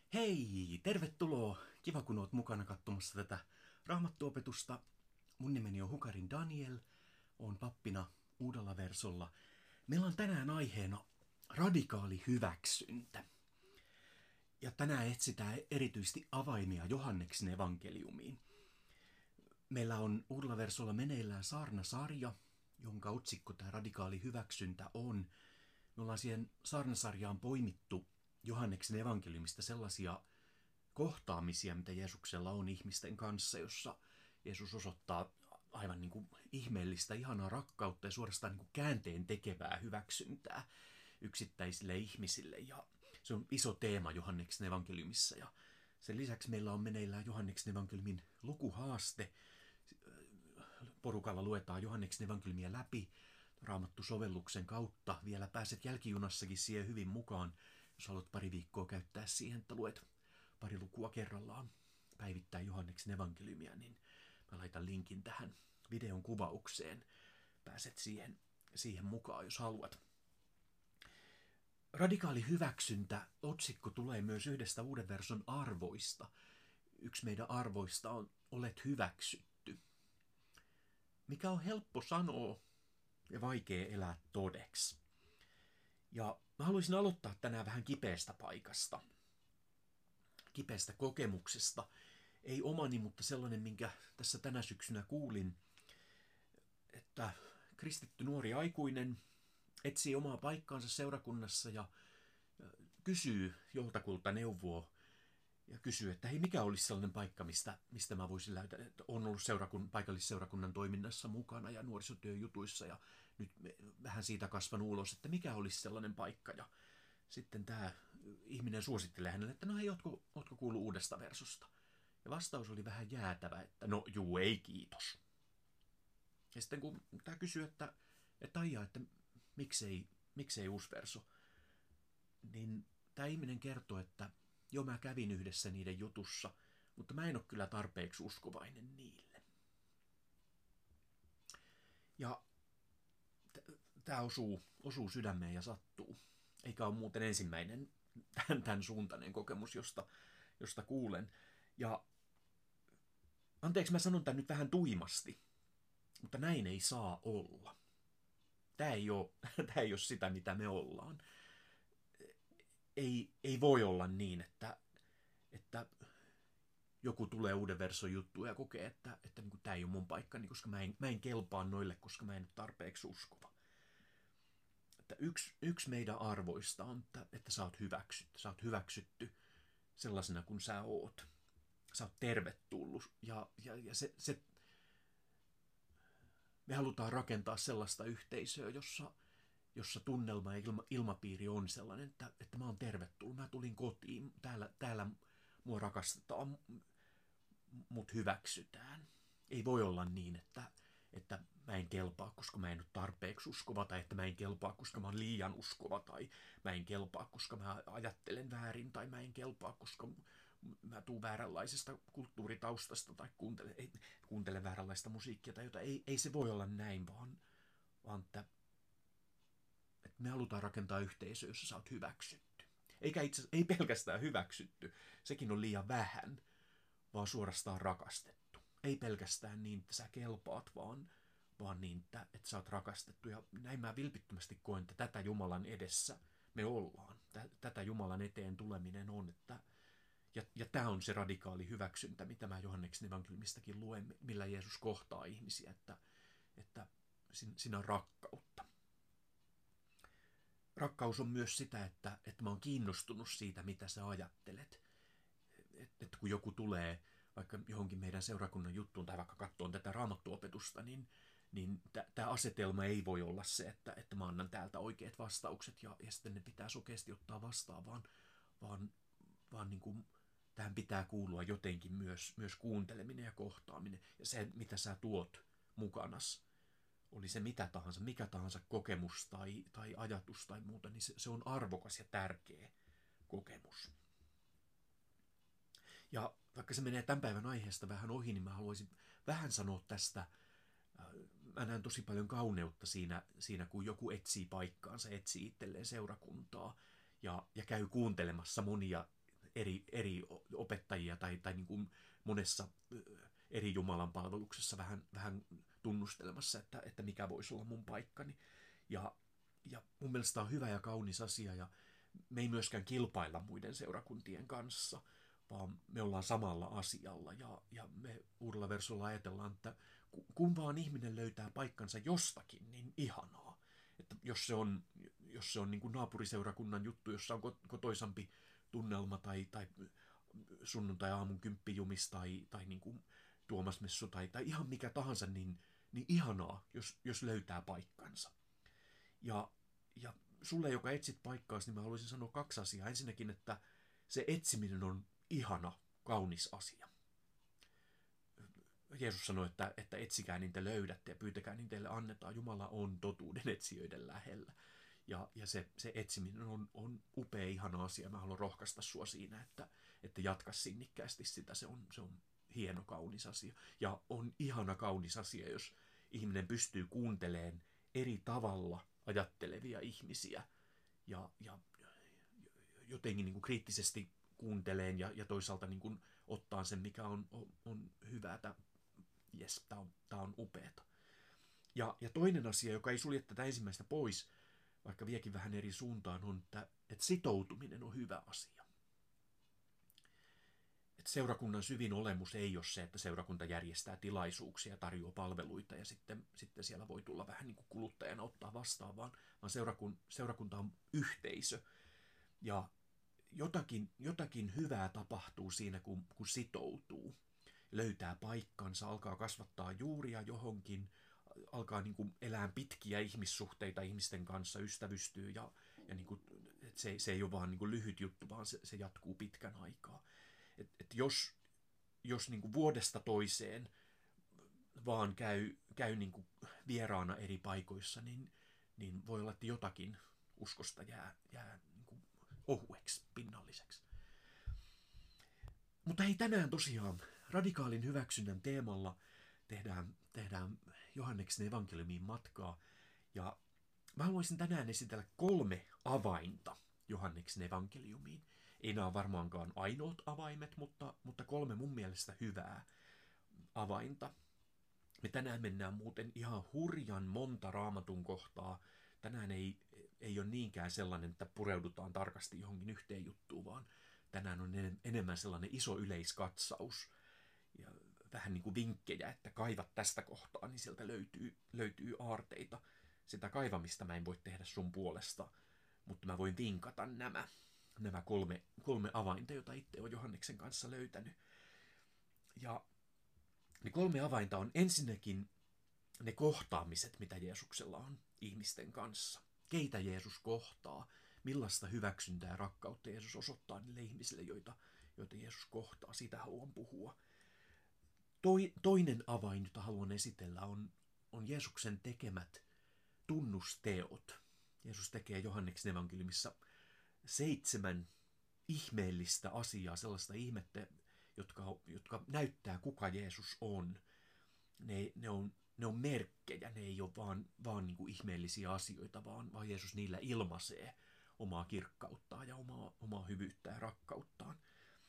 Hei, tervetuloa! Kiva kun oot mukana katsomassa tätä raamattuopetusta. Mun nimeni on Hukarin Daniel, oon pappina Uudella Versolla. Meillä on tänään aiheena radikaali hyväksyntä. Ja tänään etsitään erityisesti avaimia Johanneksen evankeliumiin. Meillä on Uudella Versolla meneillään saarnasarja, jonka otsikko tämä radikaali hyväksyntä on. Me ollaan siihen saarnasarjaan poimittu Johanneksen evankeliumista sellaisia kohtaamisia, mitä Jeesuksella on ihmisten kanssa, jossa Jeesus osoittaa aivan niin kuin ihmeellistä, ihanaa rakkautta ja suorastaan niin kuin käänteen tekevää hyväksyntää yksittäisille ihmisille. Ja se on iso teema Johanneksen evankeliumissa. Ja sen lisäksi meillä on meneillään Johanneksen evankeliumin lukuhaaste. Porukalla luetaan Johanneksen evankeliumia läpi Raamattu-sovelluksen kautta. Vielä pääset jälkijunassakin siihen hyvin mukaan, jos haluat pari viikkoa käyttää siihen, että luet pari lukua kerrallaan päivittäin Johanneksen evankeliumia, niin mä laitan linkin tähän videon kuvaukseen. Pääset siihen mukaan, jos haluat. Radikaali hyväksyntä otsikko tulee myös yhdestä Uuden Verson arvoista. Yksi meidän arvoista on olet hyväksytty, mikä on helppo sanoa ja vaikea elää todeksi. Ja mä haluaisin aloittaa tänään vähän kipeästä paikasta, kipeästä kokemuksesta. Ei omani, mutta sellainen, minkä tässä tänä syksynä kuulin, että kristitty nuori aikuinen etsii omaa paikkaansa seurakunnassa ja kysyy joltakulta neuvoa ja kysyy, että hei, mikä olisi sellainen paikka, mistä mä voisin löytää. On ollut paikallisseurakunnan toiminnassa mukana ja nuorisotyöjutuissa ja nyt vähän siitä kasvanut ulos, että mikä olisi sellainen paikka. Ja sitten tämä ihminen suosittelee hänelle, että no hei, ootko kuullut Uudesta Versosta? Ja vastaus oli vähän jäätävä, että no juu, ei kiitos. Ja sitten kun tämä kysyy, että aijaa, että miksei Uusi Verso, niin tämä ihminen kertoo, että joo, mä kävin yhdessä niiden jutussa, mutta mä en ole kyllä tarpeeksi uskovainen niille. Ja tämä osuu sydämeen ja sattuu. Eikä ole muuten ensimmäinen tämän suuntainen kokemus, josta kuulen. Ja anteeksi, mä sanon tämän nyt vähän tuimasti, mutta näin ei saa olla. Tämä ei ole sitä, mitä me ollaan. Ei voi olla niin, että joku tulee Uuden Verson juttu ja kokee, että niin tämä ei ole mun paikkani, koska mä en kelpaa noille, koska mä en ole tarpeeksi uskova. Että yksi meidän arvoista on, että sä oot hyväksytty. Sä oot hyväksytty sellaisena kuin sä oot. Sä oot tervetullut. Ja me halutaan rakentaa sellaista yhteisöä, jossa tunnelma ja ilmapiiri on sellainen, että mä oon tervetullut, mä tulin kotiin, täällä mua rakastetaan, mut hyväksytään. Ei voi olla niin, että mä en kelpaa, koska mä en ole tarpeeksi uskova, tai että mä en kelpaa, koska mä oon liian uskova, tai mä en kelpaa, koska mä ajattelen väärin, tai mä en kelpaa, koska mä tuun vääränlaisesta kulttuuritaustasta, tai kuuntelen vääränlaista musiikkia, tai jotain. Ei se voi olla näin, vaan että me halutaan rakentaa yhteisö, jossa sä oot hyväksytty. Eikä itse asiassa, ei pelkästään hyväksytty, sekin on liian vähän, vaan suorastaan rakastettu. Ei pelkästään niin, että sä kelpaat, vaan niin, että sä oot rakastettu. Ja näin mä vilpittömästi koen, että tätä Jumalan edessä me ollaan. Tätä Jumalan eteen tuleminen on, ja tämä on se radikaali hyväksyntä, mitä mä Johanneksen evankeliumistakin luen, millä Jeesus kohtaa ihmisiä, että siinä on rakkautta. Rakkaus on myös sitä, että mä oon kiinnostunut siitä, mitä sä ajattelet. Että kun joku tulee vaikka johonkin meidän seurakunnan juttuun tai vaikka katsomaan tätä raamattuopetusta, niin tämä asetelma ei voi olla se, että mä annan täältä oikeat vastaukset ja sitten ne pitää sokeasti ottaa vastaan, vaan niin kuin, tähän pitää kuulua jotenkin myös kuunteleminen ja kohtaaminen ja se, mitä sä tuot mukanas. Oli se mikä tahansa kokemus tai ajatus tai muuta, niin se on arvokas ja tärkeä kokemus. Ja vaikka se menee tämän päivän aiheesta vähän ohi, niin mä haluaisin vähän sanoa tästä. Mä näen tosi paljon kauneutta siinä kun joku etsii paikkaansa, etsii itselleen seurakuntaa ja käy kuuntelemassa monia eri opettajia tai niin kuin monessa eri Jumalan palveluksessa vähän tunnustelemassa, että mikä voisi olla mun paikkani. Ja mun mielestä on hyvä ja kaunis asia, ja me ei myöskään kilpailla muiden seurakuntien kanssa, vaan me ollaan samalla asialla, ja me Uudella Versolla ajatellaan, että kun vaan ihminen löytää paikkansa jostakin, niin ihanaa. Että jos se on niin kuin naapuriseurakunnan juttu, jossa on kotoisampi tunnelma tai sunnuntai-aamun kymppijumis tai niin kuin Tuomasmessu tai ihan mikä tahansa, niin ihanaa, jos löytää paikkansa. Ja sulle, joka etsit paikkaasi, niin mä haluaisin sanoa 2 asiaa. Ensinnäkin, että se etsiminen on ihana, kaunis asia. Jeesus sanoi, että etsikää niin te löydätte ja pyytäkää niin teille annetaan. Jumala on totuuden etsijöiden lähellä. Ja se etsiminen on upea, ihana asia. Mä haluan rohkaista sua siinä, että jatka sinnikkäästi sitä. Se on hieno, kaunis asia. Ja on ihana, kaunis asia, jos ihminen pystyy kuuntelemaan eri tavalla ajattelevia ihmisiä ja jotenkin niin kuin kriittisesti kuunteleen ja toisaalta niin kuin ottaa sen, mikä on hyvää. Jes, tää on upeata. Ja toinen asia, joka ei sulje tätä ensimmäistä pois, vaikka viekin vähän eri suuntaan, on, että sitoutuminen on hyvä asia. Että seurakunnan syvin olemus ei ole se, että seurakunta järjestää tilaisuuksia ja tarjoaa palveluita ja sitten siellä voi tulla vähän niin kuin kuluttajana ottaa vastaan, vaan seurakunta on yhteisö. Ja jotakin hyvää tapahtuu siinä, kun sitoutuu, löytää paikkansa, alkaa kasvattaa juuria johonkin, alkaa niin kuin elää pitkiä ihmissuhteita ihmisten kanssa, ystävystyy ja niin kuin, se ei ole vaan niin kuin lyhyt juttu, vaan se jatkuu pitkän aikaa. Et jos niin kuin vuodesta toiseen vaan käy niin kuin vieraana eri paikoissa, niin voi olla, että jotakin uskosta jää niin kuin ohueksi, pinnalliseksi. Mutta hei, tänään tosiaan radikaalin hyväksynnän teemalla tehdään Johanneksen evankeliumiin matkaa. Ja mä haluaisin tänään esitellä 3 avainta Johanneksen evankeliumiin. Ei nämä ole varmaankaan ainoat avaimet, mutta 3 mun mielestä hyvää avainta. Me tänään mennään muuten ihan hurjan monta Raamatun kohtaa. Tänään ei ole niinkään sellainen, että pureudutaan tarkasti johonkin yhteen juttuun, vaan tänään on enemmän sellainen iso yleiskatsaus ja vähän niin kuin vinkkejä, että kaivat tästä kohtaa, niin sieltä löytyy aarteita. Sitä kaivamista mä en voi tehdä sun puolesta, mutta mä voin vinkata nämä 3 avainta, joita itse olen Johanneksen kanssa löytänyt. Ja ne 3 avainta on ensinnäkin ne kohtaamiset, mitä Jeesuksella on ihmisten kanssa. Keitä Jeesus kohtaa, millaista hyväksyntää ja rakkautta Jeesus osoittaa niille ihmisille, joita Jeesus kohtaa. Siitä haluan puhua. Toinen avain, jota haluan esitellä, on Jeesuksen tekemät tunnusteot. Jeesus tekee Johanneksen evankeliumissa 7 ihmeellistä asiaa, sellaista ihmettä, jotka näyttää, kuka Jeesus on. Ne on merkkejä, ne ei ole vaan niin kuin ihmeellisiä asioita, vaan Jeesus niillä ilmaisee omaa kirkkauttaan ja omaa hyvyyttä ja rakkauttaan.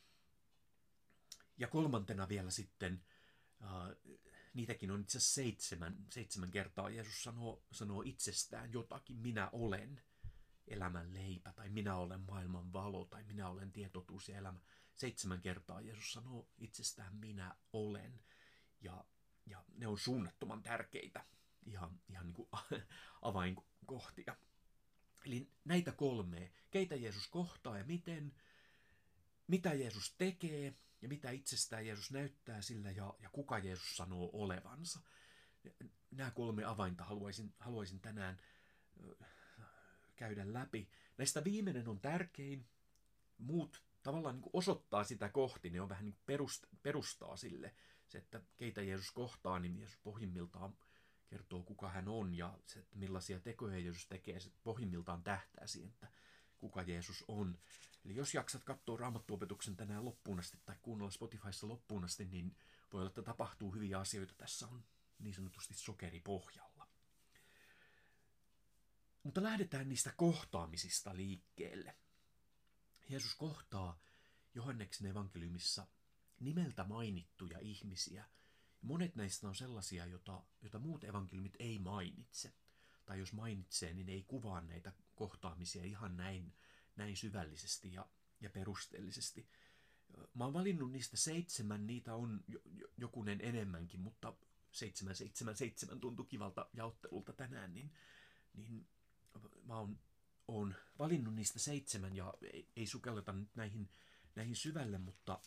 Ja 3. vielä sitten, niitäkin on itse asiassa 7 kertaa Jeesus sanoo itsestään jotakin. Minä olen elämän leipä, tai minä olen maailman valo, tai minä olen tie, totuus ja elämä. 7 kertaa Jeesus sanoo itsestään minä olen. Ja ne on suunnattoman tärkeitä, ihan niin kuin avainkohtia. Eli näitä 3, keitä Jeesus kohtaa ja miten, mitä Jeesus tekee ja mitä itsestään Jeesus näyttää sillä ja kuka Jeesus sanoo olevansa. Nämä 3 avainta haluaisin tänään käydä läpi. Näistä viimeinen on tärkein, muut tavallaan niin kuin osoittaa sitä kohti, ne on vähän niin kuin perustaa sille. Se, että keitä Jeesus kohtaa, niin Jeesus pohjimmiltaan kertoo, kuka hän on, ja se, että millaisia tekoja Jeesus tekee, se pohjimmiltaan tähtää siihen, että kuka Jeesus on. Eli jos jaksat katsoa Raamattuopetuksen tänään loppuun asti tai kuunnella Spotifyssa loppuun asti, niin voi olla, että tapahtuu hyviä asioita. Tässä on niin sanotusti sokeri pohjalla. Mutta lähdetään niistä kohtaamisista liikkeelle. Jeesus kohtaa Johanneksen evankeliumissa nimeltä mainittuja ihmisiä. Monet näistä on sellaisia, jota muut evankeliumit ei mainitse. Tai jos mainitsee, niin ei kuvaa näitä kohtaamisia ihan näin syvällisesti ja perusteellisesti. Mä oon valinnut niistä 7, niitä on jokunen enemmänkin, mutta 777 tuntui kivalta jaottelulta tänään, niin mä oon valinnut niistä 7 ja ei sukelleta nyt näihin syvälle, mutta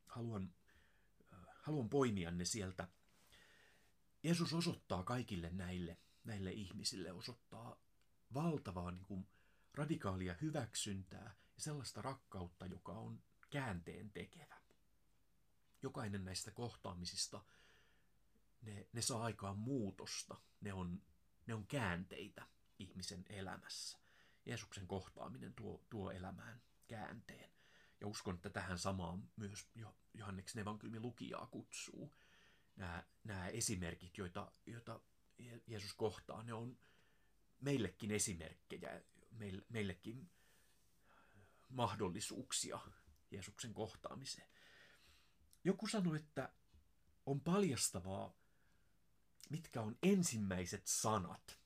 haluan poimia ne sieltä. Jeesus osoittaa kaikille näille ihmisille, osoittaa valtavaa niin kuin radikaalia hyväksyntää ja sellaista rakkautta, joka on käänteen tekevä. Jokainen näistä kohtaamisista, ne saa aikaan muutosta, ne on käänteitä ihmisen elämässä. Jeesuksen kohtaaminen tuo elämään käänteen. Ja uskon, että tähän samaan myös Johanneksen evankeliumin lukijaa kutsuu. Nämä esimerkit, joita Jeesus kohtaa, ne on meillekin esimerkkejä, meillekin mahdollisuuksia Jeesuksen kohtaamiseen. Joku sanoi, että on paljastavaa, mitkä on ensimmäiset sanat,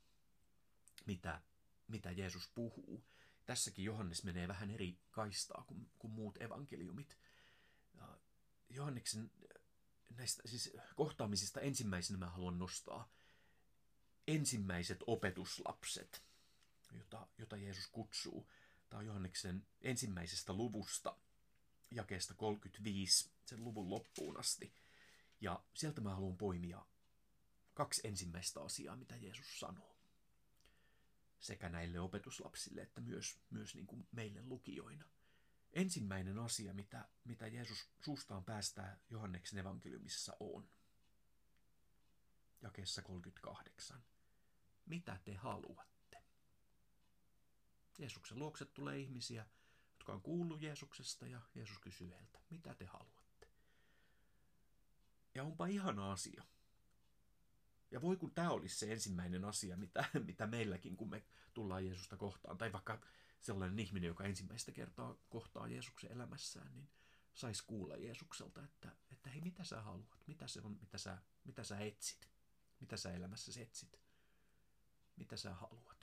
mitä Jeesus puhuu. Tässäkin Johannes menee vähän eri kaistaa kuin muut evankeliumit. Johanneksen näistä siis kohtaamisista ensimmäisenä mä haluan nostaa ensimmäiset opetuslapset, jota Jeesus kutsuu. Tämä on Johanneksen ensimmäisestä luvusta, jakeesta 35, sen luvun loppuun asti. Ja sieltä mä haluan poimia 2 ensimmäistä asiaa, mitä Jeesus sanoo. Sekä näille opetuslapsille että myös niin kuin meille lukijoina. Ensimmäinen asia, mitä Jeesus suustaan päästää Johanneksen evankeliumissa on. Jakeessa 38. Mitä te haluatte? Jeesuksen luokse tulee ihmisiä, jotka on kuullut Jeesuksesta, ja Jeesus kysyy heiltä, mitä te haluatte? Ja onpa ihana asia. Ja voi kun tämä olisi se ensimmäinen asia, mitä meilläkin, kun me tullaan Jeesusta kohtaan, tai vaikka sellainen ihminen, joka ensimmäistä kertaa kohtaa Jeesuksen elämässään, niin saisi kuulla Jeesukselta, että hei, mitä sä haluat? Mitä se on, mitä sä etsit? Mitä sä elämässäsi etsit? Mitä sä haluat?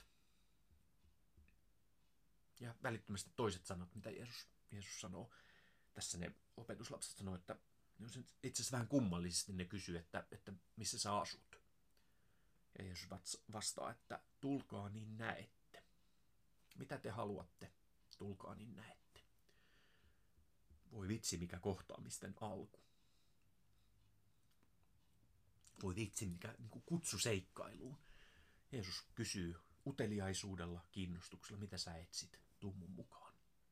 Ja välittömästi toiset sanat, mitä Jeesus sanoo. Tässä ne opetuslapset sanoo, että itse asiassa vähän kummallisesti ne kysyy, että missä sä asut. Ja Jeesus vastaa, että tulkaa niin näette. Mitä te haluatte? Tulkaa niin näette. Voi vitsi, mikä kohtaamisten alku. Voi vitsi, mikä niin kuin kutsu seikkailuun. Jeesus kysyy uteliaisuudella, kiinnostuksella, mitä sä etsit, tuu mun mukaan.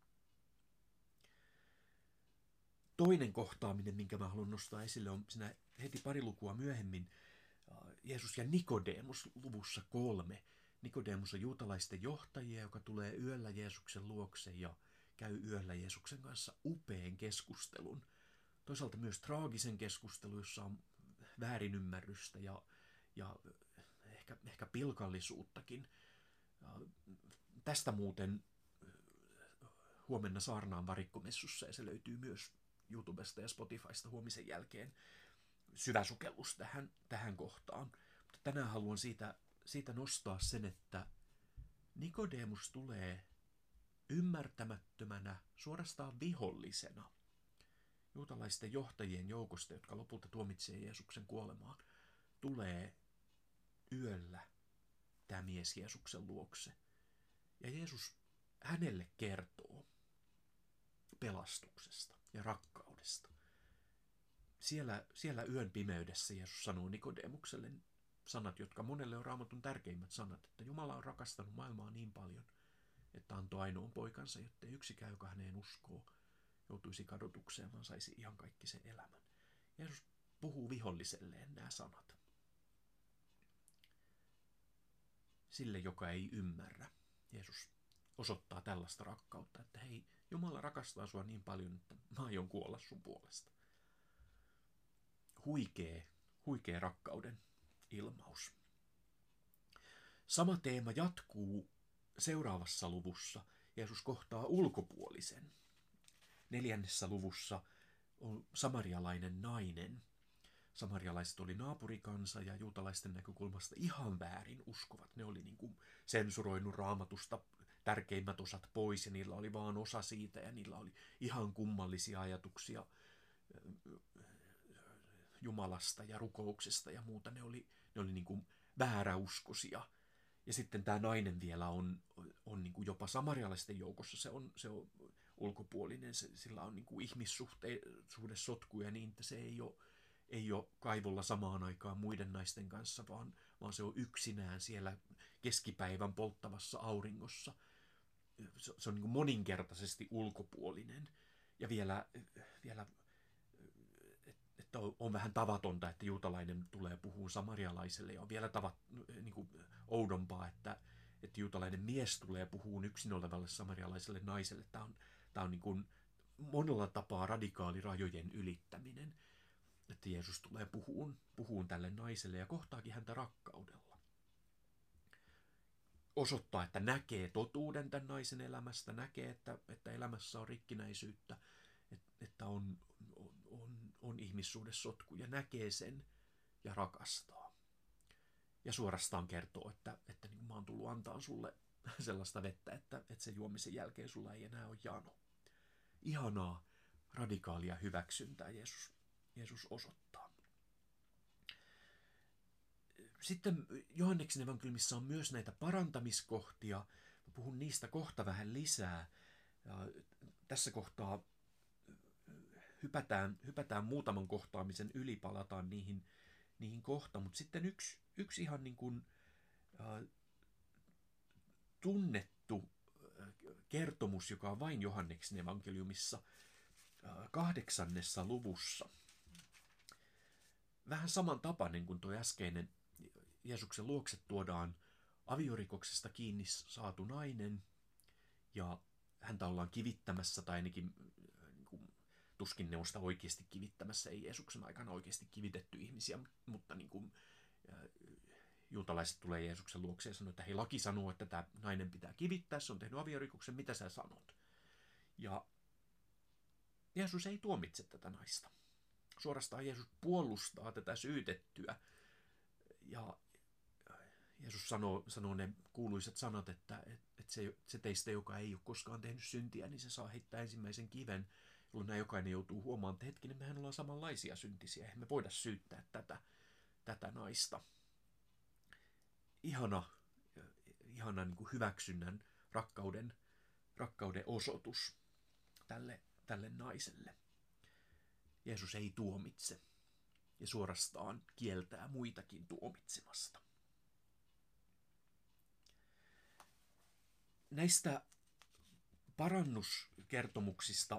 Toinen kohtaaminen, minkä mä haluan nostaa esille, on siinä heti pari lukua myöhemmin. Jeesus ja Nikodemus luvussa 3. Nikodemus on juutalaisten johtajia, joka tulee yöllä Jeesuksen luokse ja käy yöllä Jeesuksen kanssa upean keskustelun. Toisaalta myös traagisen keskustelun, jossa on väärinymmärrystä ja ehkä pilkallisuuttakin. Tästä muuten huomenna saarnaan varikkomessussa, ja se löytyy myös YouTubesta ja Spotifysta huomisen jälkeen. Syvä sukellus tähän kohtaan. Mutta tänään haluan siitä nostaa sen, että Nikodemus tulee ymmärtämättömänä, suorastaan vihollisena juutalaisten johtajien joukosta, jotka lopulta tuomitsee Jeesuksen kuolemaan, tulee yöllä tämä mies Jeesuksen luokse. Ja Jeesus hänelle kertoo pelastuksesta ja rakkaudesta. Siellä yön pimeydessä Jeesus sanoo Nikodemukselle sanat, jotka monelle on Raamatun tärkeimmät sanat, että Jumala on rakastanut maailmaa niin paljon, että antoi ainoan poikansa, jotta yksikään, joka häneen uskoo, joutuisi kadotukseen, vaan saisi ihan kaikki sen elämän. Jeesus puhuu viholliselleen nämä sanat. Sille, joka ei ymmärrä, Jeesus osoittaa tällaista rakkautta, että hei, Jumala rakastaa sua niin paljon, että mä aion kuolla sun puolesta. Huikea rakkauden ilmaus. Sama teema jatkuu seuraavassa luvussa. Jeesus kohtaa ulkopuolisen. 4. luvussa on samarialainen nainen. Samarialaiset oli naapurikansa ja juutalaisten näkökulmasta ihan väärin uskovat. Ne oli niin kuin sensuroinut Raamatusta tärkeimmät osat pois ja niillä oli vaan osa siitä ja niillä oli ihan kummallisia ajatuksia Jumalasta ja rukouksesta ja muuta. Ne oli niin kuin vääräuskoisia. Ja sitten tämä nainen vielä on niin kuin jopa samarialaisten joukossa. Se on ulkopuolinen, sillä on niin kuin ihmissuhdesotkuja niin, että se ei ole kaivolla samaan aikaan muiden naisten kanssa, vaan se on yksinään siellä keskipäivän polttavassa auringossa. Se on niin kuin moninkertaisesti ulkopuolinen. Ja vielä että on vähän tavatonta, että juutalainen tulee puhumaan samarialaiselle, ja on vielä niin kuin oudompaa, että juutalainen mies tulee puhumaan yksin olevalle samarialaiselle naiselle. Tämä on niin kuin monella tapaa radikaali rajojen ylittäminen, että Jeesus tulee puhumaan tälle naiselle ja kohtaakin häntä rakkaudella. Osoittaa, että näkee totuuden tämän naisen elämästä, näkee, että elämässä on rikkinäisyyttä, että on ihmissuhdesotku ja näkee sen ja rakastaa. Ja suorastaan kertoo, että niin mä oon tullut antaa sulle sellaista vettä, että sen juomisen jälkeen sulla ei enää ole jano. Ihanaa, radikaalia hyväksyntää Jeesus osoittaa. Sitten Johanneksen evankeliumissa on myös näitä parantamiskohtia. Mä puhun niistä kohta vähän lisää. Ja tässä kohtaa hypätään muutaman kohtaamisen yli, palataan niihin kohta. Mutta sitten yksi ihan niin kuin tunnettu kertomus, joka on vain Johanneksen evankeliumissa 8. luvussa. Vähän samantapainen kuin tuo äskeinen. Jeesuksen luokse tuodaan aviorikoksesta kiinni saatu nainen ja häntä ollaan kivittämässä tai ainakin tuskin ne on sitä oikeasti kivittämässä. Ei Jeesuksen aikana oikeasti kivitetty ihmisiä, mutta niin kuin juutalaiset tulee Jeesuksen luokse ja sanoo, että hei, laki sanoo, että tämä nainen pitää kivittää, se on tehnyt aviorikoksen, mitä sä sanot? Ja Jeesus ei tuomitse tätä naista. Suorastaan Jeesus puolustaa tätä syytettyä. Ja Jeesus sanoo ne kuuluisat sanat, että se teistä, joka ei ole koskaan tehnyt syntiä, niin se saa heittää ensimmäisen kiven, jolloin nämä jokainen joutuu huomaamaan, että hetkinen, mehän ollaan samanlaisia syntisiä, eihän me voida syyttää tätä naista. Ihana niin kuin hyväksynnän, rakkauden osoitus tälle naiselle. Jeesus ei tuomitse ja suorastaan kieltää muitakin tuomitsemasta. Näistä parannuskertomuksista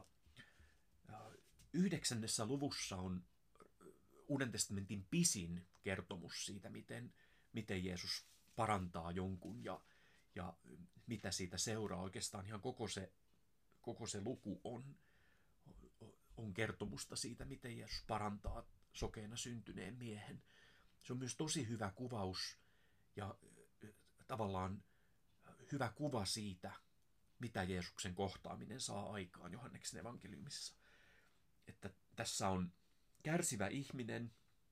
9. luvussa on Uuden testamentin pisin kertomus siitä, miten Jeesus parantaa jonkun ja mitä siitä seuraa. Oikeastaan ihan koko se luku on kertomusta siitä, miten Jeesus parantaa sokeena syntyneen miehen. Se on myös tosi hyvä kuvaus ja tavallaan hyvä kuva siitä, mitä Jeesuksen kohtaaminen saa aikaan Johanneksen evankeliumissa. Että tässä on kärsivä ihminen,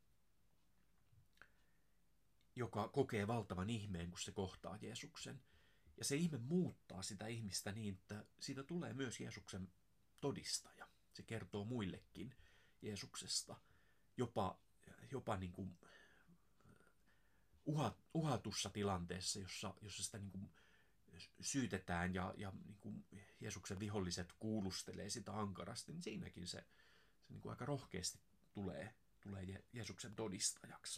joka kokee valtavan ihmeen, kun se kohtaa Jeesuksen. Ja se ihme muuttaa sitä ihmistä niin, että siitä tulee myös Jeesuksen todistaja. Se kertoo muillekin Jeesuksesta, jopa niin kuin uhatussa tilanteessa, jossa sitä niin kuin syytetään ja niin kuin Jeesuksen viholliset kuulustelee sitä ankarasti, niin siinäkin se niin kuin aika rohkeasti tulee Jeesuksen todistajaksi.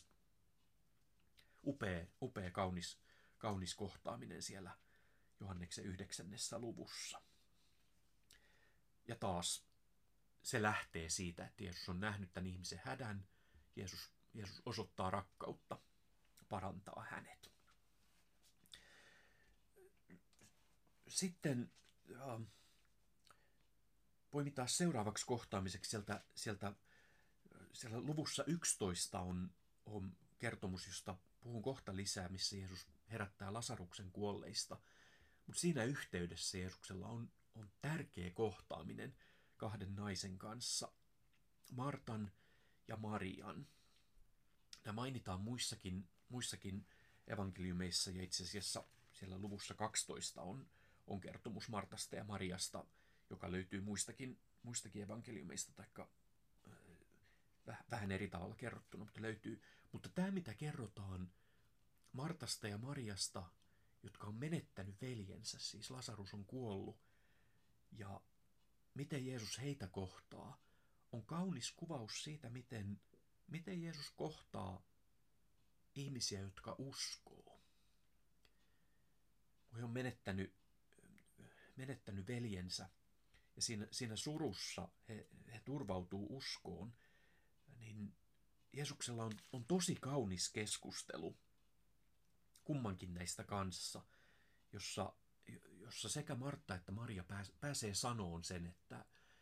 Upea kaunis kohtaaminen siellä Johanneksen 9. luvussa. Ja taas se lähtee siitä, että Jeesus on nähnyt tämän ihmisen hädän. Jeesus osoittaa rakkautta, parantaa hänet. Sitten poimitaan seuraavaksi kohtaamiseksi sieltä luvussa 11 on kertomus, josta puhun kohta lisää, missä Jeesus herättää Lasaruksen kuolleista. Mutta siinä yhteydessä Jeesuksella on tärkeä kohtaaminen kahden naisen kanssa, Martan ja Marian. Nämä mainitaan muissakin evankeliumeissa, ja itse asiassa siellä luvussa 12 on kertomus Martasta ja Mariasta, joka löytyy muistakin evankeliumeista, taikka vähän eri tavalla kerrottuna, mutta löytyy. Mutta tämä, mitä kerrotaan Martasta ja Mariasta, jotka on menettänyt veljensä, siis Lasarus on kuollut, ja miten Jeesus heitä kohtaa, on kaunis kuvaus siitä, miten Jeesus kohtaa ihmisiä, jotka uskoo. Kun he on menettänyt veljensä, ja siinä surussa he turvautuu uskoon, niin Jeesuksella on tosi kaunis keskustelu kummankin näistä kanssa, jossa sekä Martta että Maria pääsee sanoon sen, että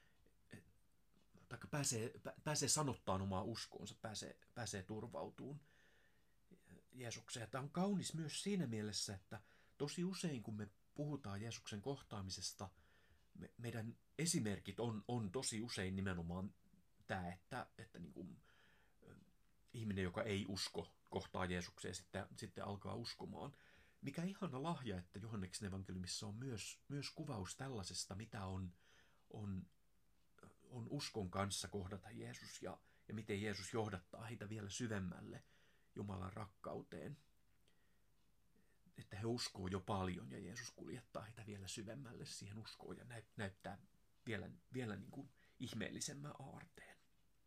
pääsee sanottaan omaa uskoonsa, pääsee turvautumaan Jeesukseen. Tämä on kaunis myös siinä mielessä, että tosi usein kun me puhutaan Jeesuksen kohtaamisesta, meidän esimerkit on tosi usein nimenomaan tämä, että niin kuin ihminen, joka ei usko, kohtaa Jeesuksen ja sitten alkaa uskomaan. Mikä ihana lahja, että Johanneksen evankeliumissa on myös kuvaus tällaisesta, mitä on uskon kanssa kohdata Jeesus ja miten Jeesus johdattaa heitä vielä syvemmälle Jumalan rakkauteen. Että he uskoo jo paljon ja Jeesus kuljettaa heitä vielä syvemmälle siihen uskoon ja näyttää vielä niin kuin ihmeellisemmän aarteen.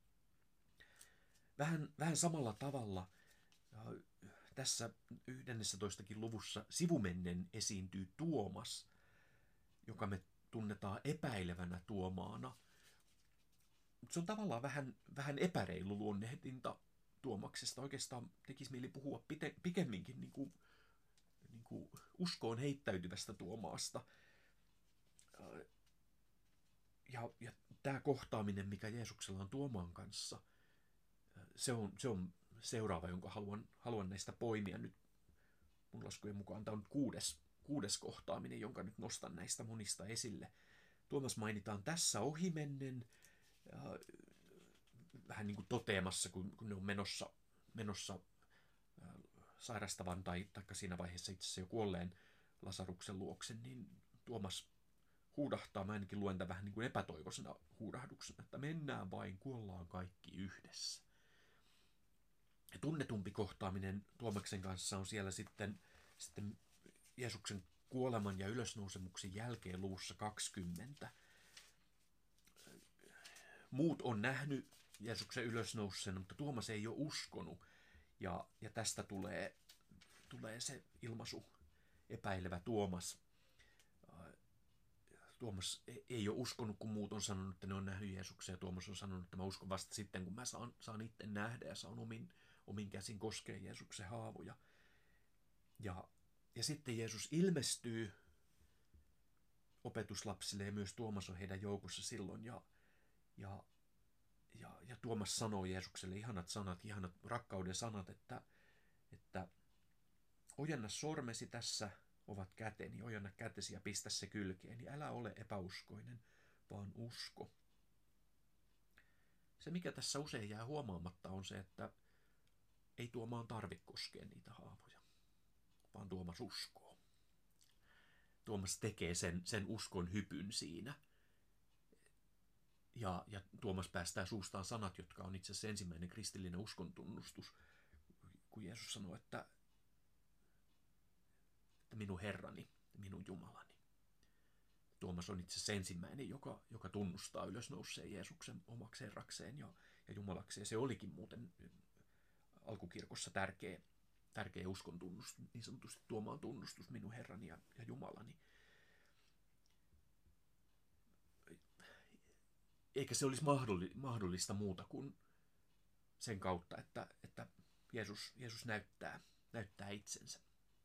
Vähän samalla tavalla tässä 11. luvussa sivumennen esiintyy Tuomas, joka me tunnetaan epäilevänä Tuomaana. Se on tavallaan vähän epäreilu luonnehdinta Tuomaksesta. Oikeastaan tekisi mieli puhua pikemminkin niin kuin uskoon heittäytyvästä Tuomaasta. Ja tämä kohtaaminen, mikä Jeesuksella on Tuomaan kanssa, se on seuraava, jonka haluan näistä poimia nyt mun laskujen mukaan. Tämä on kuudes kohtaaminen, jonka nyt nostan näistä monista esille. Tuomas mainitaan tässä ohimennen, vähän niin kuin toteamassa, kun ne on menossa sairastavan tai siinä vaiheessa itse asiassa jo kuolleen Lasaruksen luokse, niin Tuomas huudahtaa, mä ainakin luen tämän vähän niin kuin epätoivoisena huudahduksena, että mennään vain, kuollaan kaikki yhdessä. Ja tunnetumpi kohtaaminen Tuomaksen kanssa on siellä sitten Jeesuksen kuoleman ja ylösnousemuksen jälkeen luvussa 20. Muut on nähnyt Jeesuksen ylösnouseen, mutta Tuomas ei ole uskonut. Ja tästä tulee se ilmaisu epäilevä Tuomas. Tuomas ei ole uskonut, kun muut on sanonut, että ne on nähnyt Jeesuksen. Ja Tuomas on sanonut, että mä uskon vasta sitten, kun mä saan itse nähdä ja saan omin käsin koskea Jeesuksen haavoja. Ja sitten Jeesus ilmestyy opetuslapsille ja myös Tuomas on heidän joukossa silloin. Ja Tuomas sanoo Jeesukselle ihanat rakkauden sanat, että ojenna sormesi, tässä ovat käteni, ojenna kätesi ja pistä se kylkeeni. Älä ole epäuskoinen, vaan usko. Se, mikä tässä usein jää huomaamatta, on se, että ei Tuomaan tarvitse koskea niitä haavoja, vaan Tuomas uskoo. Tuomas tekee sen uskon hypyn siinä. Ja Tuomas päästää suustaan sanat, jotka on itse asiassa ensimmäinen kristillinen uskon tunnustus, kun Jeesus sanoo, että minun Herrani, minun Jumalani. Tuomas on itse asiassa ensimmäinen, joka tunnustaa ylösnouseen Jeesuksen omaksi Herrakseen ja Jumalakseen. Se olikin muuten alkukirkossa tärkeä uskon tunnustus, niin sanotusti Tuomaan tunnustus, minun Herrani ja Jumalani. Eikä se olisi mahdollista muuta kuin sen kautta, että Jeesus näyttää itsensä.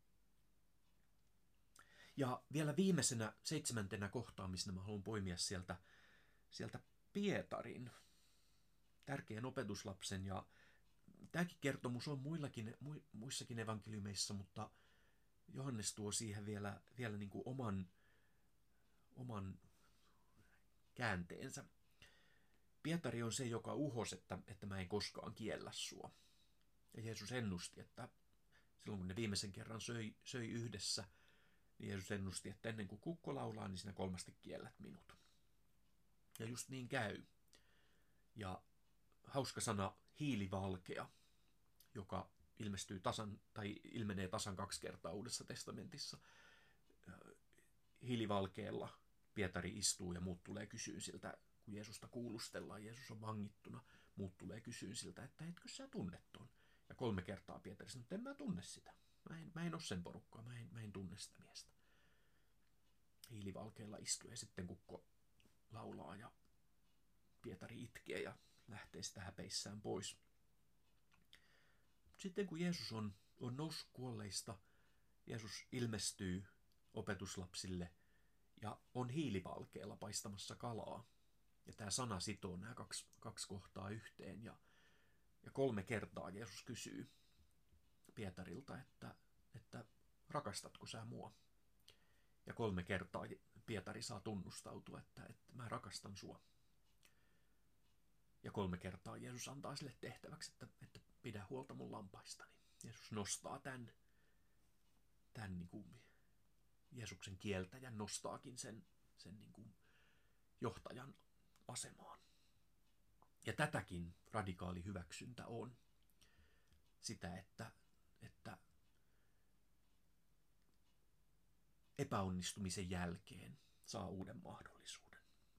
Ja vielä viimeisenä 7. kohtaamisena mä haluan poimia sieltä Pietarin, tärkeän opetuslapsen. Ja tämäkin kertomus on muissakin evankeliumeissa, mutta Johannes tuo siihen vielä niin kuin oman käänteensä. Pietari on se, joka uhos, että mä en koskaan kiellä sua. Ja Jeesus ennusti, että silloin kun ne viimeisen kerran söi yhdessä, niin Jeesus ennusti, että ennen kuin kukko laulaa, niin sinä 3 kiellät minut. Ja just niin käy. Ja hauska sana hiilivalkea, joka ilmenee tasan 2 kertaa Uudessa testamentissa. Hiilivalkeella Pietari istuu ja muut tulee kysyyn siltä, kun Jeesusta kuulustellaan, Jeesus on vangittuna, muut tulee kysyyn siltä, että etkö sä tunne ton? Ja 3 kertaa Pietari sanoo, että en mä tunne sitä. Mä en ole sen porukkaa, mä en tunne sitä miestä. Hiilivalkeella istuu ja sitten kukko laulaa ja Pietari itkee ja lähtee sitä häpeissään pois. Sitten kun Jeesus on noussut kuolleista, Jeesus ilmestyy opetuslapsille ja on hiilivalkeella paistamassa kalaa. Ja tämä sana sitoo nämä kaksi kohtaa yhteen. Ja 3 kertaa Jeesus kysyy Pietarilta, että rakastatko sä mua? Ja 3 kertaa Pietari saa tunnustautua, että mä rakastan sua. Ja 3 kertaa Jeesus antaa sille tehtäväksi, että pidä huolta mun lampaistani. Jeesus nostaa tämän niin kuin Jeesuksen kieltäjän nostaakin sen niin kuin johtajan asemaan. Ja tätäkin radikaali hyväksyntä on sitä, että epäonnistumisen jälkeen saa uuden mahdollisuuden.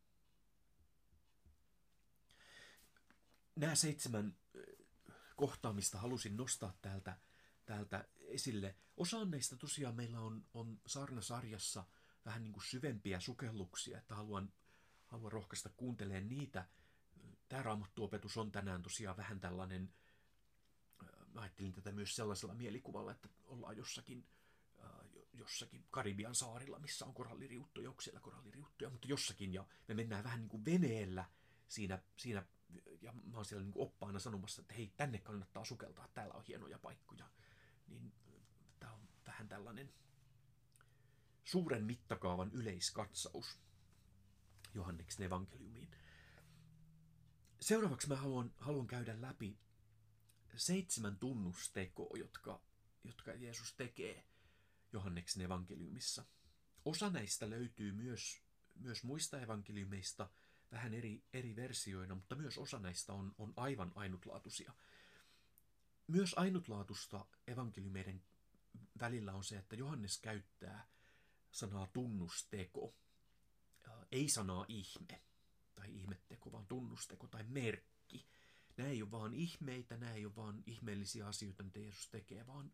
Nämä 7 kohtaamista halusin nostaa täältä esille. Osaan näistä tosiaan meillä on saarnasarjassa vähän niin kuin syvempiä sukelluksia, että haluan rohkaista kuuntelemaan niitä. Tämä raamattuopetus on tänään tosiaan vähän tällainen, mä ajattelin tätä myös sellaisella mielikuvalla, että ollaan jossakin Karibian saarilla, missä on koralliriuttoja, onko siellä koralliriuttoja, mutta jossakin, ja me mennään vähän niin kuin veneellä siinä ja mä oon siellä niin kuin oppaana sanomassa, että hei, tänne kannattaa sukeltaa, täällä on hienoja paikkoja. Niin tämä on vähän tällainen suuren mittakaavan yleiskatsaus Johanneksen evankeliumiin. Seuraavaksi mä haluan käydä läpi 7 tunnustekoa, jotka Jeesus tekee Johanneksen evankeliumissa. Osa näistä löytyy myös muista evankeliumeista vähän eri versioina, mutta myös osa näistä on aivan ainutlaatuisia. Myös ainutlaatuista evankeliumeiden välillä on se, että Johannes käyttää sanaa tunnusteko, ei sanaa ihme tai ihmetteko, vaan tunnusteko tai merkki. Nämä ei ole vaan ihmeitä, nämä ei ole vaan ihmeellisiä asioita, mitä Jeesus tekee, vaan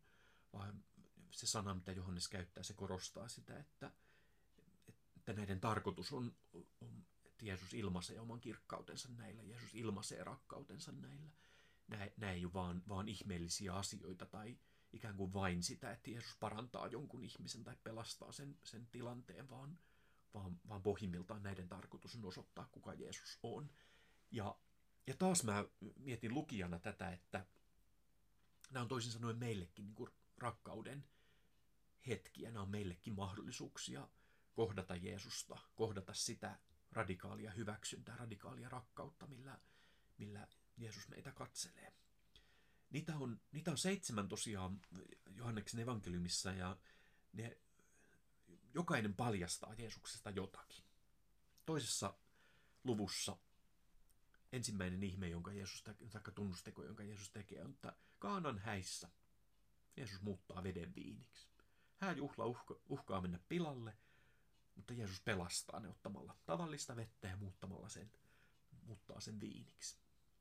se sana, mitä Johannes käyttää, se korostaa sitä, että näiden tarkoitus on, että Jeesus ilmaisee oman kirkkautensa näillä, Jeesus ilmaisee rakkautensa näillä. Nämä ei ole vaan ihmeellisiä asioita tai ikään kuin vain sitä, että Jeesus parantaa jonkun ihmisen tai pelastaa sen tilanteen, vaan pohjimmiltaan näiden tarkoitus on osoittaa, kuka Jeesus on. Ja taas mä mietin lukijana tätä, että nämä on toisin sanoen meillekin niin kuin rakkauden hetkiä, nämä on meillekin mahdollisuuksia kohdata Jeesusta, kohdata sitä radikaalia hyväksyntää, radikaalia rakkautta, millä Jeesus meitä katselee. Niitä on 7 tosiaan Johanneksen evankeliumissa, ja jokainen paljastaa Jeesuksesta jotakin. Toisessa luvussa ensimmäinen ihme, jonka Jeesus tai tunnusteko, jonka Jeesus tekee, on, että Kaanan häissä Jeesus muuttaa veden viiniksi. Hääjuhla uhkaa mennä pilalle, mutta Jeesus pelastaa ne ottamalla tavallista vettä ja muuttaa sen viiniksi.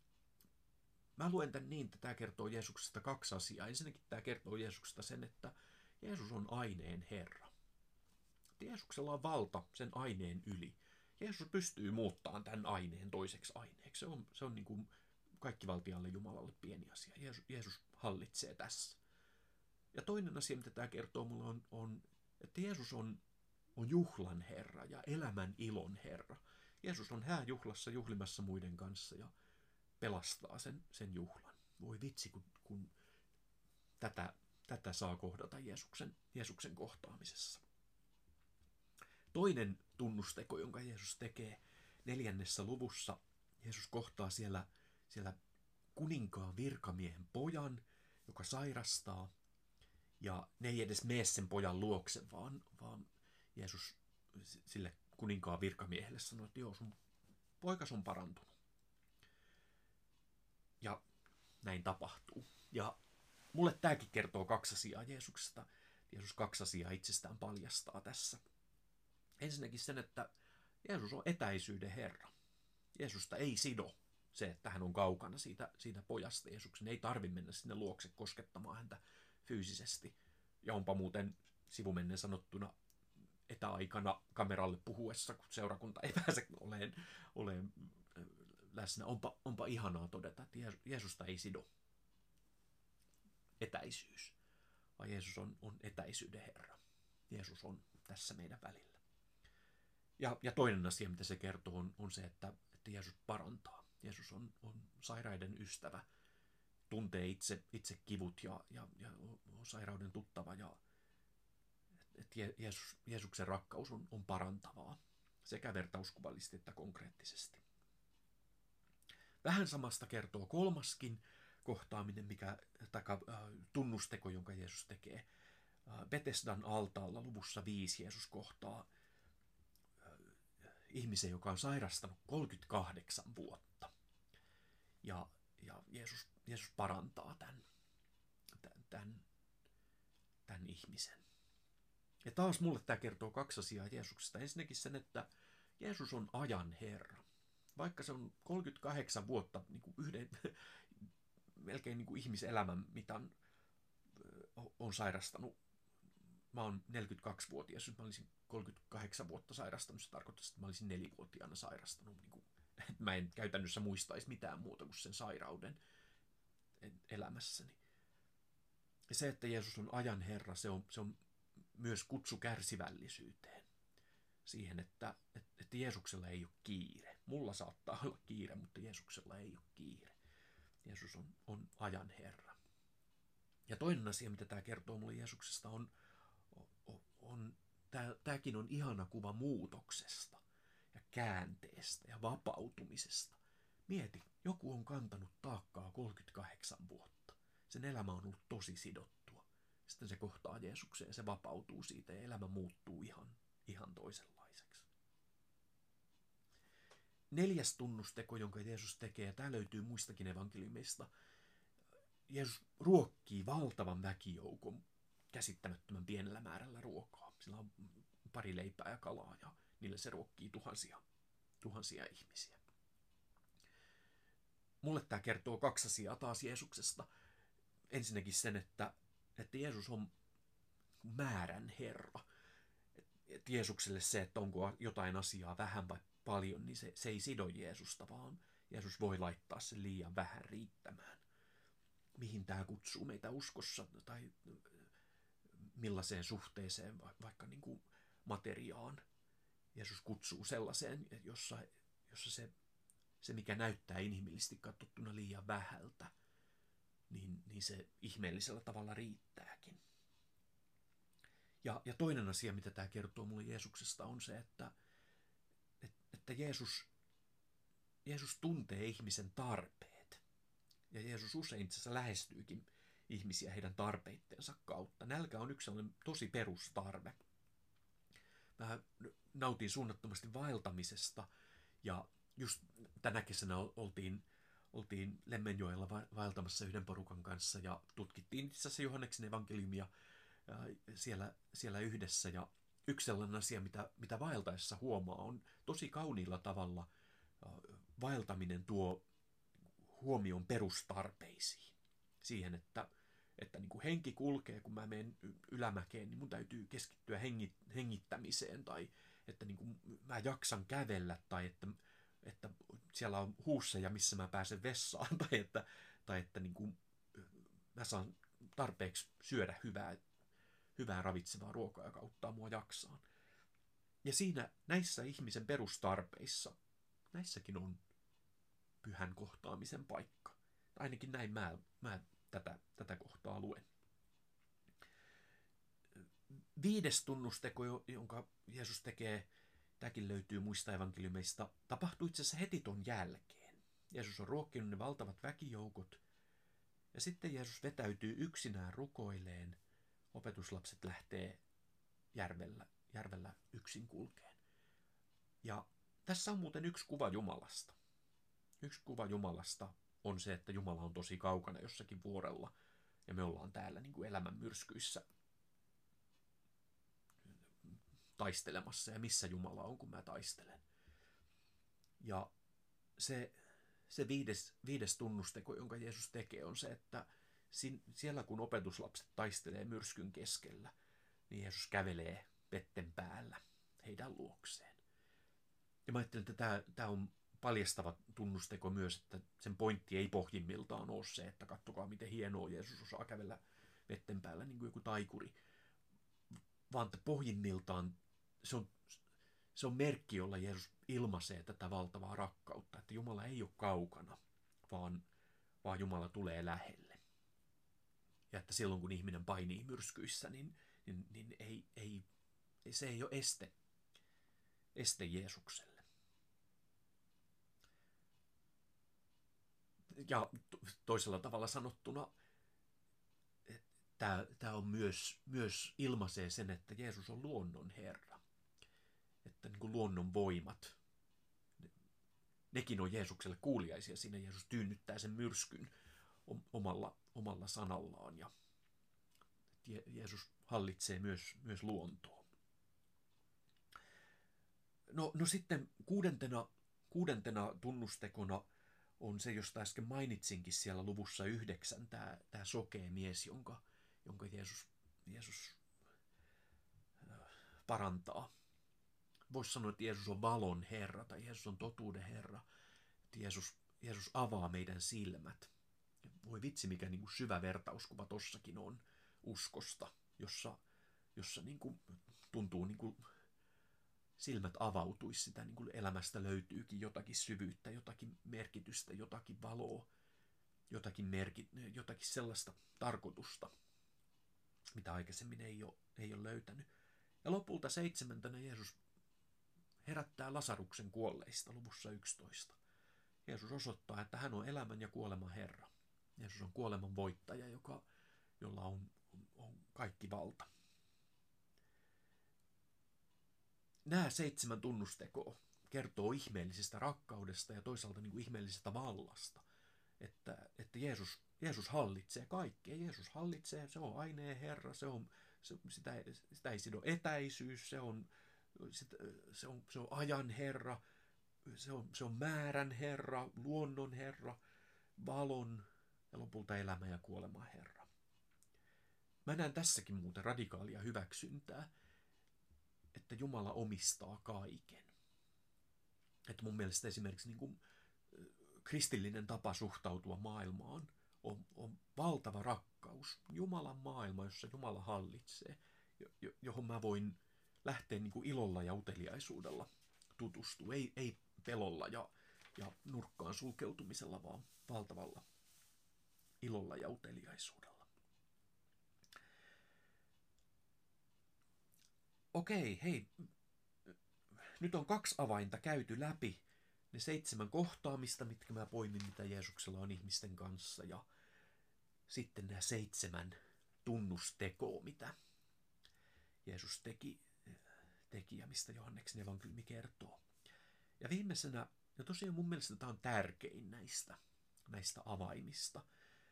Mä luen tämän niin, että tämä kertoo Jeesuksesta 2 asiaa. Ensinnäkin tämä kertoo Jeesuksesta sen, että Jeesus on aineen Herra. Jeesuksella on valta sen aineen yli. Jeesus pystyy muuttamaan tämän aineen toiseksi aineeksi. Se on niin kuin kaikkivaltialle Jumalalle pieni asia. Jeesus hallitsee tässä. Ja toinen asia, mitä tämä kertoo mulle, on että Jeesus on juhlan Herra ja elämän ilon Herra. Jeesus on hääjuhlassa juhlimassa muiden kanssa ja pelastaa sen juhlan. Voi vitsi, kun tätä saa kohdata Jeesuksen kohtaamisessa. Toinen tunnusteko, jonka Jeesus tekee, 4. luvussa Jeesus kohtaa siellä kuninkaan virkamiehen pojan, joka sairastaa. Ja ne ei edes mene sen pojan luokse, vaan Jeesus sille kuninkaan virkamiehelle sanoi, että joo, sun poikas on parantunut. Ja näin tapahtuu. Ja mulle tämäkin kertoo 2 asiaa Jeesuksesta. Jeesus 2 asiaa itsestään paljastaa tässä. Ensinnäkin sen, että Jeesus on etäisyyden Herra. Jeesusta ei sido se, että hän on kaukana siitä pojasta. Jeesuksen ei tarvitse mennä sinne luokse koskettamaan häntä fyysisesti. Ja onpa muuten sivumennen sanottuna etäaikana kameralle puhuessa, kun seurakunta ei pääse olemaan läsnä. Onpa ihanaa todeta, että Jeesusta ei sido etäisyys, vaan Jeesus on etäisyyden Herra. Jeesus on tässä meidän välillä. Ja toinen asia, mitä se kertoo, on se, että Jeesus parantaa. Jeesus on sairaiden ystävä, tuntee itse kivut ja on sairauden tuttava. Ja että Jeesuksen rakkaus on parantavaa sekä vertauskuvallisesti että konkreettisesti. Vähän samasta kertoo 3. kohtaaminen, tunnusteko, jonka Jeesus tekee. Betesdan altaalla luvussa 5 Jeesus kohtaa ihmisen, joka on sairastanut 38 vuotta. Ja Jeesus parantaa tämän ihmisen. Ja taas mulle tämä kertoo 2 asiaa Jeesuksesta. Ensinnäkin sen, että Jeesus on ajan Herra. Vaikka se on 38 vuotta niin kuin melkein niin kuin ihmiselämän mitan on sairastanut. Mä oon 42-vuotias, jos mä olisin 38 vuotta sairastanut, se tarkoittaisi, että mä olisin 4-vuotiaana sairastanut. Niin kuin, että mä en käytännössä muistaisi mitään muuta kuin sen sairauden elämässäni. Ja se, että Jeesus on ajan Herra, se on myös kutsu kärsivällisyyteen. Siihen, että Jeesuksella ei ole kiire. Mulla saattaa olla kiire, mutta Jeesuksella ei ole kiire. Jeesus on ajan Herra. Ja toinen asia, mitä tämä kertoo mulle Jeesuksesta, tämäkin on ihana kuva muutoksesta ja käänteestä ja vapautumisesta. Mieti, joku on kantanut taakkaa 38 vuotta. Sen elämä on ollut tosi sidottua. Sitten se kohtaa Jeesuksen ja se vapautuu siitä ja elämä muuttuu ihan toisenlaiseksi. 4. tunnusteko, jonka Jeesus tekee, ja tämä löytyy muistakin evankeliumeista. Jeesus ruokkii valtavan väkijoukon käsittämättömän pienellä määrällä ruokaa. Sillä on pari leipää ja kalaa ja niillä se ruokkii tuhansia ihmisiä. Mulle tämä kertoo 2 asiaa taas Jeesuksesta. Ensinnäkin sen, että Jeesus on määrän Herra. Että Jeesukselle se, että onko jotain asiaa vähän vai paljon, niin se ei sido Jeesusta, vaan Jeesus voi laittaa sen liian vähän riittämään. Mihin tämä kutsuu meitä uskossa tai millaiseen suhteeseen vaikka niin kuin materiaan. Jeesus kutsuu sellaiseen, jossa se mikä näyttää inhimillisesti katsottuna liian vähältä, niin se ihmeellisellä tavalla riittääkin. Ja toinen asia, mitä tämä kertoo mulle Jeesuksesta, on se, että Jeesus tuntee ihmisen tarpeet. Ja Jeesus usein itse asiassa lähestyykin ihmisiä heidän tarpeittensa kautta. Nälkä on yksi sellainen tosi perustarve. Mä nautin suunnattomasti vaeltamisesta ja just tänä kesänä oltiin Lemmenjoella vaeltamassa yhden porukan kanssa ja tutkittiin itse asiassa Johanneksen evankeliumia siellä yhdessä. Ja yksi sellainen asia, mitä vaeltaessa huomaa, on tosi kauniilla tavalla vaeltaminen tuo huomion perustarpeisiin. Siihen, että niin kuin henki kulkee, kun mä menen ylämäkeen, niin mun täytyy keskittyä hengittämiseen, tai että niin kuin mä jaksan kävellä, tai että siellä on huusseja, missä mä pääsen vessaan, tai että niin kuin mä saan tarpeeksi syödä hyvää ravitsevaa ruokaa, joka auttaa mua jaksaan. Ja näissä ihmisen perustarpeissa, näissäkin on pyhän kohtaamisen paikka. Ainakin näin mä tätä kohtaa luen. 5. tunnusteko, jonka Jeesus tekee, Tämäkin löytyy muista evankeliumeista. Tapahtui itse asiassa heti ton jälkeen. Jeesus on ruokkinut ne valtavat väkijoukot. Ja sitten Jeesus vetäytyy yksinään rukoileen. Opetuslapset lähtee järvellä yksin kulkeen. Ja tässä on muuten yksi kuva Jumalasta. Yksi kuva Jumalasta on se, että Jumala on tosi kaukana jossakin vuorella. Ja me ollaan täällä niin kuin elämän myrskyissä taistelemassa. Ja missä Jumala on, kun mä taistelen. Ja se viides tunnusteko, jonka Jeesus tekee, on se, että siellä kun opetuslapset taistelee myrskyn keskellä, niin Jeesus kävelee vetten päällä heidän luokseen. Ja mä ajattelen, että tämä on paljastava tunnusteko myös, että sen pointti ei pohjimmiltaan ole se, että katsokaa miten hienoa Jeesus osaa kävellä vetten päällä niin kuin joku taikuri, vaan että pohjimmiltaan se on merkki, jolla Jeesus ilmaisee tätä valtavaa rakkautta, että Jumala ei ole kaukana, vaan Jumala tulee lähelle. Ja että silloin kun ihminen painii myrskyissä, niin se ei ole este Jeesukselle. Ja toisella tavalla sanottuna, tämä on myös ilmaisee sen, että Jeesus on luonnon Herra. Että niin kuin luonnon voimat, nekin on Jeesukselle kuuliaisia. Siinä Jeesus tyynnyttää sen myrskyn omalla sanallaan. Ja Jeesus hallitsee myös luontoa. No sitten kuudentena tunnustekona on se, josta äsken mainitsinkin siellä luvussa 9, tämä sokea mies, jonka Jeesus parantaa. Voisi sanoa, että Jeesus on valon Herra tai Jeesus on totuuden Herra. Että Jeesus avaa meidän silmät. Voi vitsi, mikä niin kuin syvä vertauskuva tossakin on uskosta, jossa niin kuin tuntuu niin kuin silmät avautuisi, sitä niin kuin elämästä löytyykin jotakin syvyyttä, jotakin merkitystä, jotakin valoa, jotakin sellaista tarkoitusta, mitä aikaisemmin ei ole löytänyt. Ja lopulta 7. Jeesus herättää Lasaruksen kuolleista luvussa 11. Jeesus osoittaa, että hän on elämän ja kuoleman Herra. Jeesus on kuoleman voittaja, jolla on kaikki valta. Nämä 7 tunnustekoa kertoo ihmeellisestä rakkaudesta ja toisaalta niin kuin ihmeellisestä vallasta. Että Jeesus hallitsee kaikkea. Jeesus hallitsee, se on aineen Herra, sitä ei sido etäisyys, se on ajan Herra, se on määrän Herra, luonnon Herra, valon ja lopulta elämä ja kuoleman Herra. Mä näen tässäkin muuten radikaalia hyväksyntää, että Jumala omistaa kaiken. Että mun mielestä esimerkiksi niin kuin kristillinen tapa suhtautua maailmaan on valtava rakkaus. Jumalan maailma, jossa Jumala hallitsee, johon mä voin lähteä niin kuin ilolla ja uteliaisuudella tutustua. Ei pelolla ja nurkkaan sulkeutumisella, vaan valtavalla ilolla ja uteliaisuudella. Okei, hei. Nyt on 2 avainta käyty läpi. Ne 7 kohtaamista, mitkä mä poimin, mitä Jeesuksella on ihmisten kanssa. Ja sitten nämä 7 tunnustekoa, mitä Jeesus teki ja mistä Johanneksen evankeliumi kertoo. Ja viimeisenä, ja tosiaan mun mielestä tämä on tärkein näistä avaimista.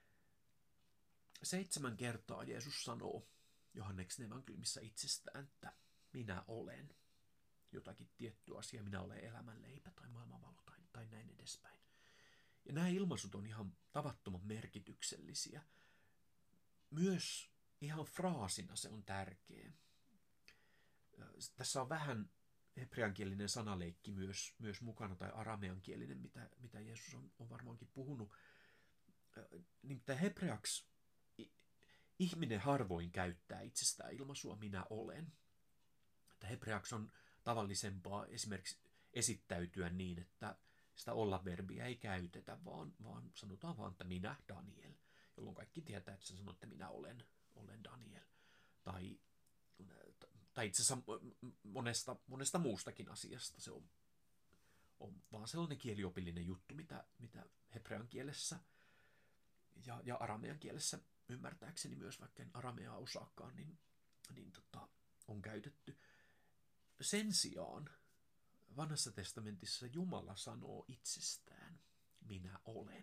7 kertaa Jeesus sanoo Johanneksen evankeliumissa itsestään, että minä olen jotakin tiettyä asiaa, minä olen elämän leipä tai maailmanvalo tai näin edespäin. Ja nämä ilmaisut on ihan tavattoman merkityksellisiä. Myös ihan fraasina se on tärkeä. Tässä on vähän hebreankielinen sanaleikki myös mukana, tai arameankielinen, mitä Jeesus on varmaankin puhunut. Nimittäin hebreaksi ihminen harvoin käyttää itsestään ilmaisua minä olen. Että hebreaksi on tavallisempaa esimerkiksi esittäytyä niin, että sitä olla-verbiä ei käytetä, vaan sanotaan vaan, että minä Daniel, jolloin kaikki tietää, että sä sanot, että minä olen Daniel. tai itse asiassa monesta muustakin asiasta. Se on vaan sellainen kieliopillinen juttu, mitä hebrean kielessä ja aramean kielessä ymmärtääkseni myös, vaikka en arameaa osaakaan, niin on käytetty. Sen sijaan Vanhassa testamentissa Jumala sanoo itsestään, minä olen.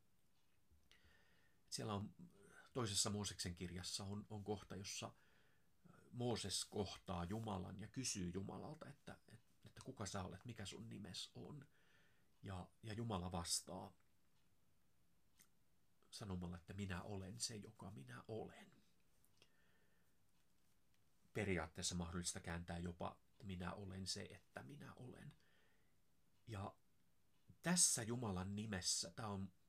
Siellä on toisessa Mooseksen kirjassa on kohta, jossa Mooses kohtaa Jumalan ja kysyy Jumalalta, että kuka sä olet, mikä sun nimes on. Ja Jumala vastaa sanomalla, että minä olen se, joka minä olen. Periaatteessa mahdollista kääntää jopa, että minä olen se, että minä olen. Ja tässä Jumalan nimessä, tämä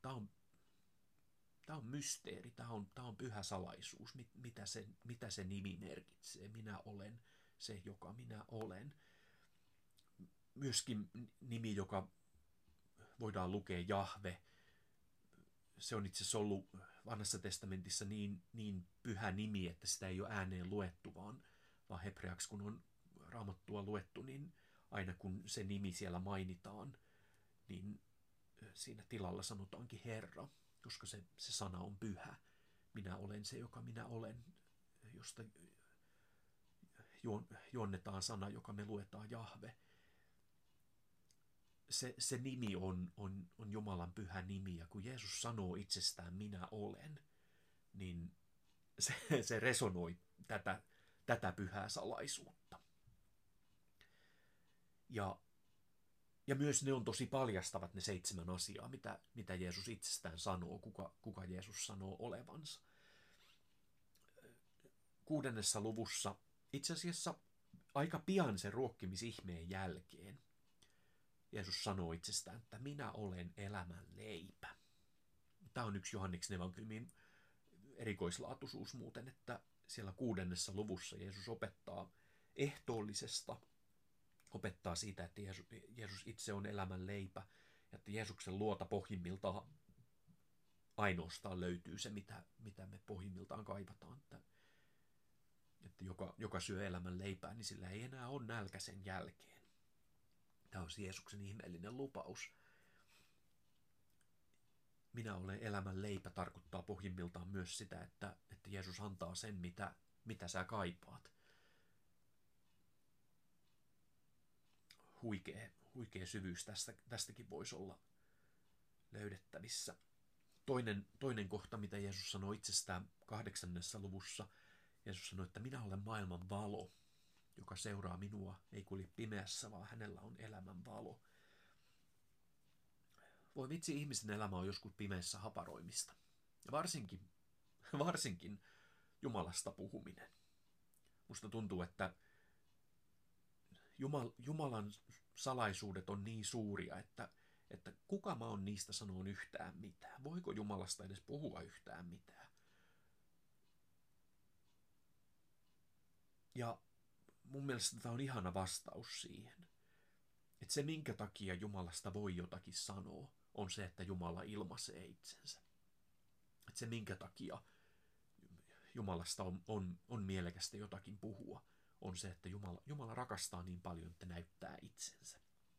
on mysteeri, tämä on pyhä salaisuus, mitä se nimi merkitsee. Minä olen se, joka minä olen. Myöskin nimi, joka voidaan lukea Jahve, se on itse asiassa ollut Vanhassa testamentissa niin pyhä nimi, että sitä ei ole ääneen luettu, vaan hebreaksi kun on Raamattua luettu, niin aina kun se nimi siellä mainitaan, niin siinä tilalla sanotaankin Herra, koska se sana on pyhä. Minä olen se, joka minä olen, josta juonnetaan sana, joka me luetaan Jahve. Se nimi on Jumalan pyhä nimi, ja kun Jeesus sanoo itsestään minä olen, niin se resonoi tätä pyhää salaisuutta. Ja myös ne on tosi paljastavat ne 7 asiaa, mitä Jeesus itsestään sanoo, kuka Jeesus sanoo olevansa. 6. luvussa, itse asiassa aika pian sen ruokkimisihmeen jälkeen, Jeesus sanoo itsestään, että minä olen elämän leipä. Tämä on yksi Johanneksen evankeliumin erikoislaatuisuus muuten, että siellä 6. luvussa Jeesus opettaa ehtoollisesta, opettaa siitä, että Jeesus itse on elämän leipä, ja että Jeesuksen luota pohjimmiltaan ainoastaan löytyy se, mitä me pohjimmiltaan kaivataan. Että joka syö elämän leipää, niin sillä ei enää ole nälkä sen jälkeen. Tämä on Jeesuksen ihmeellinen lupaus. Minä olen elämän leipä tarkoittaa pohjimmiltaan myös sitä, että Jeesus antaa sen, mitä sä kaipaat. Huikea syvyys tästäkin voisi olla löydettävissä. Toinen kohta, mitä Jeesus sanoo itsestään 8. luvussa. Jeesus sanoi, että minä olen maailman valo, joka seuraa minua, ei kulje pimeässä, vaan hänellä on elämän valo. Voi vitsi, ihmisen elämä on joskus pimeässä haparoimista. Ja varsinkin Jumalasta puhuminen. Musta tuntuu, että Jumalan salaisuudet on niin suuria, että kuka mä oon niistä sanoon yhtään mitään? Voiko Jumalasta edes puhua yhtään mitään? Ja mun mielestä tämä on ihana vastaus siihen. Että se, minkä takia Jumalasta voi jotakin sanoa, on se, että Jumala ilmaisee itsensä. Että se, minkä takia Jumalasta on mielekästä jotakin puhua, on se, että Jumala rakastaa niin paljon, että näyttää itsensä.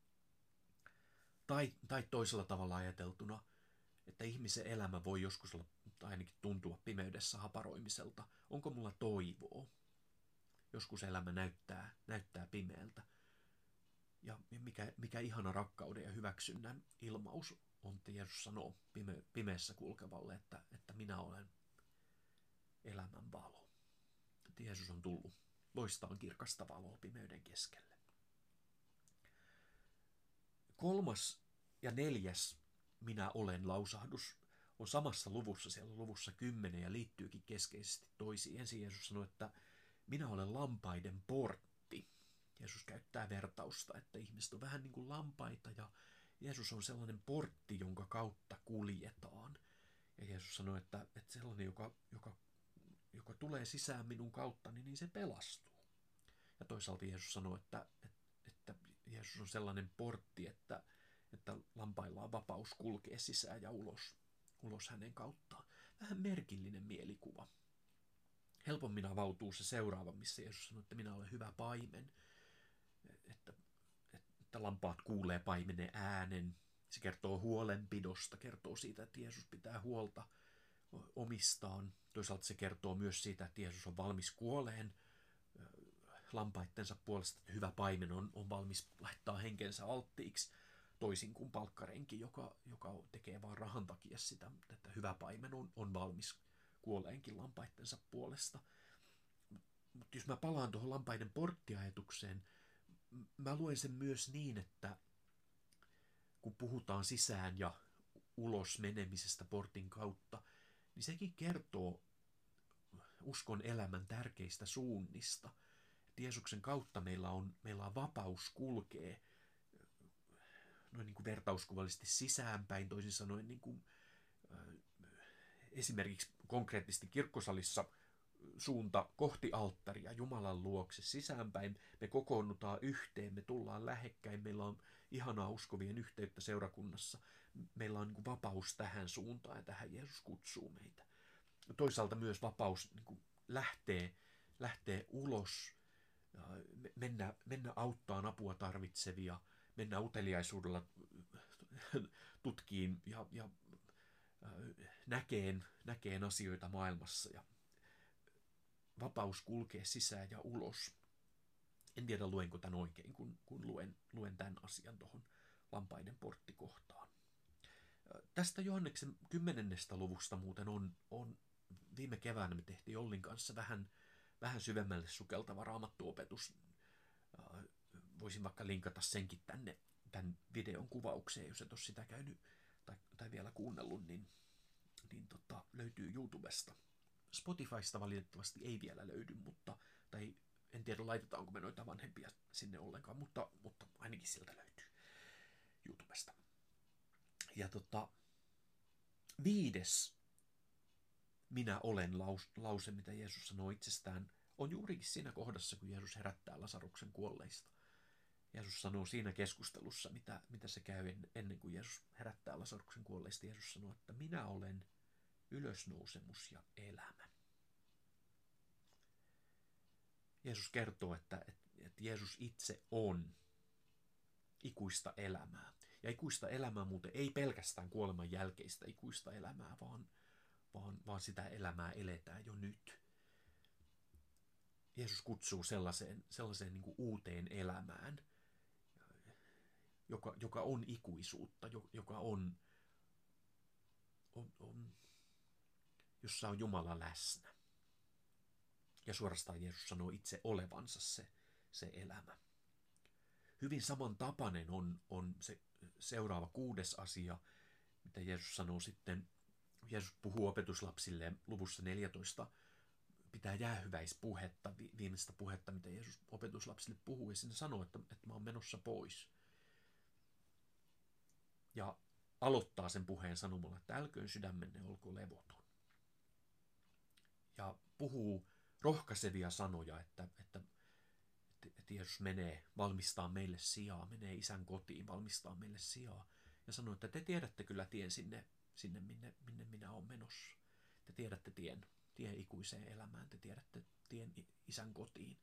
Tai toisella tavalla ajateltuna, että ihmisen elämä voi joskus olla, tai ainakin tuntua pimeydessä haparoimiselta. Onko mulla toivoa? Joskus elämä näyttää pimeältä. Ja mikä ihana rakkauden ja hyväksynnän ilmaus on, että Jeesus sanoo pimeässä kulkevalle, että minä olen elämän valo. Että Jeesus on tullut loistamaan kirkasta valoa pimeyden keskelle. 3. ja 4. minä olen lausahdus on samassa luvussa, siellä luvussa 10, ja liittyykin keskeisesti toisiin. Ensin Jeesus sanoi, että minä olen lampaiden portti. Jeesus käyttää vertausta, että ihmiset on vähän niin kuin lampaita, ja Jeesus on sellainen portti, jonka kautta kuljetaan. Ja Jeesus sanoi, että sellainen, joka tulee sisään minun kauttani, niin se pelastuu. Ja toisaalta Jeesus sanoi, että Jeesus on sellainen portti, että lampailla on vapaus kulkea sisään ja ulos hänen kauttaan. Vähän merkillinen mielikuva. helpommin avautuu se seuraava, missä Jeesus sanoo, että minä olen hyvä paimen, että lampaat kuulee paimenen äänen. Se kertoo huolenpidosta, kertoo siitä, että Jeesus pitää huolta omistaan. Toisaalta se kertoo myös siitä, että Jeesus on valmis kuoleen lampaittensa puolesta, että hyvä paimen on valmis laittaa henkensä alttiiksi, toisin kuin palkkarenki, joka tekee vaan rahan takia sitä, että hyvä paimen on valmis kuoleenkin lampaittensa puolesta. Mutta jos mä palaan tuohon lampaiden porttiajatukseen, mä luen sen myös niin, että kun puhutaan sisään ja ulos menemisestä portin kautta, niin sekin kertoo uskon elämän tärkeistä suunnista. Että Jeesuksen kautta meillä on vapaus kulkea noin niin kuin vertauskuvallisesti sisäänpäin, toisin sanoen niin kuin, esimerkiksi konkreettisesti kirkkosalissa suunta kohti alttaria, Jumalan luokse sisäänpäin. Me kokoonnutaan yhteen, me tullaan lähekkäin, meillä on ihanaa uskovien yhteyttä seurakunnassa. Meillä on niin kuin vapaus tähän suuntaan ja tähän Jeesus kutsuu meitä. Toisaalta myös vapaus niin kuin lähtee ulos, mennä auttaan apua tarvitsevia, mennä uteliaisuudella tutkiin ja näkeen asioita maailmassa ja vapaus kulkee sisään ja ulos. En tiedä, luenko tämän oikein, kun luen tämän asian tuohon lampaiden porttikohtaan. Tästä Johanneksen 10. luvusta muuten on viime keväänä me tehtiin Ollin kanssa vähän syvemmälle sukeltava raamattuopetus. Voisin vaikka linkata senkin tämän videon kuvaukseen, jos et ole sitä käynyt tai vielä kuunnellut, niin löytyy YouTubesta. Spotifysta valitettavasti ei vielä löydy, tai en tiedä laitetaanko me noita vanhempia sinne ollenkaan, mutta ainakin sieltä löytyy YouTubesta. Ja 5. minä olen lause, mitä Jeesus sanoo itsestään, on juurikin siinä kohdassa, kun Jeesus herättää Lasaruksen kuolleista. Jeesus sanoo siinä keskustelussa, mitä se käy ennen kuin Jeesus herättää Lasaruksen kuolleista. Jeesus sanoo, että minä olen ylösnousemus ja elämä. Jeesus kertoo, että Jeesus itse on ikuista elämää. Ja ikuista elämää muuten ei pelkästään kuoleman jälkeistä ikuista elämää, vaan sitä elämää eletään jo nyt. Jeesus kutsuu sellaiseen niin kuin uuteen elämään, joka on ikuisuutta, joka on, jossa on Jumala läsnä. Ja suorastaan Jeesus sanoo itse olevansa se elämä. Hyvin samantapainen on se seuraava 6. asia, mitä Jeesus sanoo sitten. Jeesus puhuu opetuslapsilleen luvussa 14, pitää jäähyväispuhetta, viimeistä puhetta, mitä Jeesus opetuslapsille puhuu, ja sinne sanoo, että mä oon menossa pois. Ja aloittaa sen puheen sanomalla, että älköön sydämenne olko levoton. Ja puhuu rohkaisevia sanoja, että Jeesus menee valmistaa meille sijaa, menee Isän kotiin valmistaa meille sijaa. Ja sanoo, että te tiedätte kyllä tien sinne minne minä olen menossa. Te tiedätte tien ikuiseen elämään, te tiedätte tien Isän kotiin.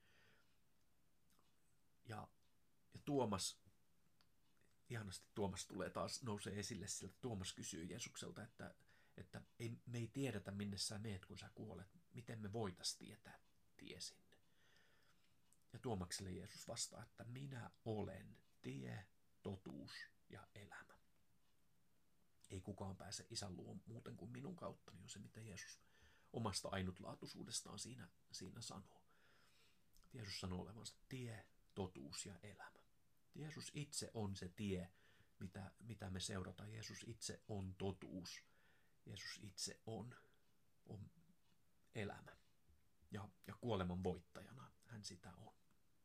Ja Tuomas, ihanasti Tuomas nousee esille sieltä. Tuomas kysyy Jeesukselta, että me ei tiedetä, minne sä meet, kun sä kuolet. Miten me voitais tietää tie sinne? Ja Tuomakselle Jeesus vastaa, että minä olen tie, totuus ja elämä. Ei kukaan pääse Isän luo muuten kuin minun kauttani, on se, mitä Jeesus omasta ainutlaatuisuudestaan siinä sanoo. Jeesus sanoo olevansa tie, totuus ja elämä. Jeesus itse on se tie, mitä me seurataan. Jeesus itse on totuus. Jeesus itse on elämä. Ja kuoleman voittajana hän sitä on.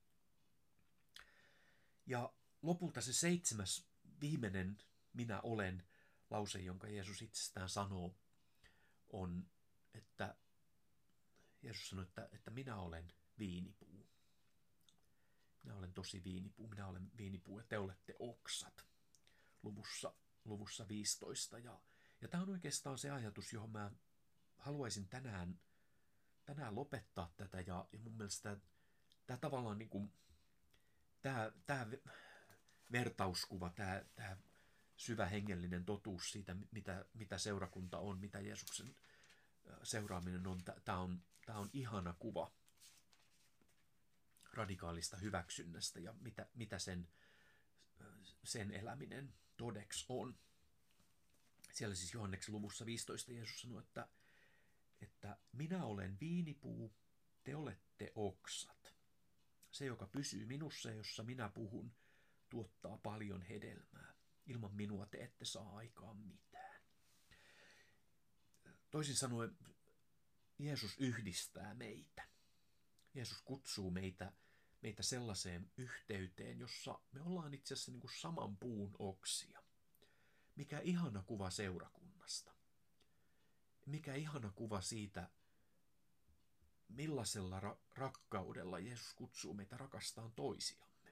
Ja lopulta se 7. viimeinen minä olen lause, jonka Jeesus itsestään sanoo, on, että Jeesus sanoo, että minä olen viinipuu. Minä olen tosi viinipuu, minä olen viinipuu ja te olette oksat. Luvussa 15. Ja tämä on oikeastaan se ajatus, johon mä haluaisin tänään tänään lopettaa tätä ja mun mielestä tämä tavallaan niin kuin, tämä vertauskuva, tämä syvä hengellinen totuus siitä, mitä seurakunta on, mitä Jeesuksen seuraaminen on, tämä on ihana kuva radikaalista hyväksynnästä ja mitä sen eläminen todeksi on. Siellä siis Johanneksen luvussa 15 Jeesus sanoi, että minä olen viinipuu, te olette oksat. Se, joka pysyy minussa ja jossa minä puhun, tuottaa paljon hedelmää. Ilman minua te ette saa aikaan mitään. Toisin sanoen, Jeesus yhdistää meitä. Jeesus kutsuu meitä sellaiseen yhteyteen, jossa me ollaan itse asiassa niin kuin saman puun oksia. Mikä ihana kuva seurakunnasta. Mikä ihana kuva siitä, millaisella rakkaudella Jeesus kutsuu meitä rakastamaan toisiamme.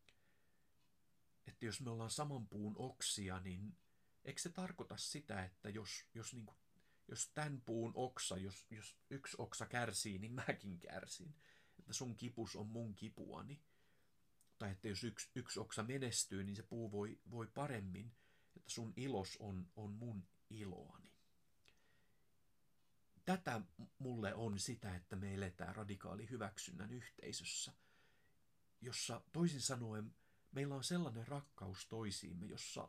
Että jos me ollaan saman puun oksia, niin eikö se tarkoita sitä, että jos tämän puun oksa, jos yksi oksa kärsii, niin mäkin kärsin. Että sun kipus on mun kipuani. Tai että jos yksi oksa menestyy, niin se puu voi paremmin. Että sun ilos on mun iloani. Tätä mulle on sitä, että me eletään radikaali hyväksynnän yhteisössä, jossa toisin sanoen meillä on sellainen rakkaus toisiimme,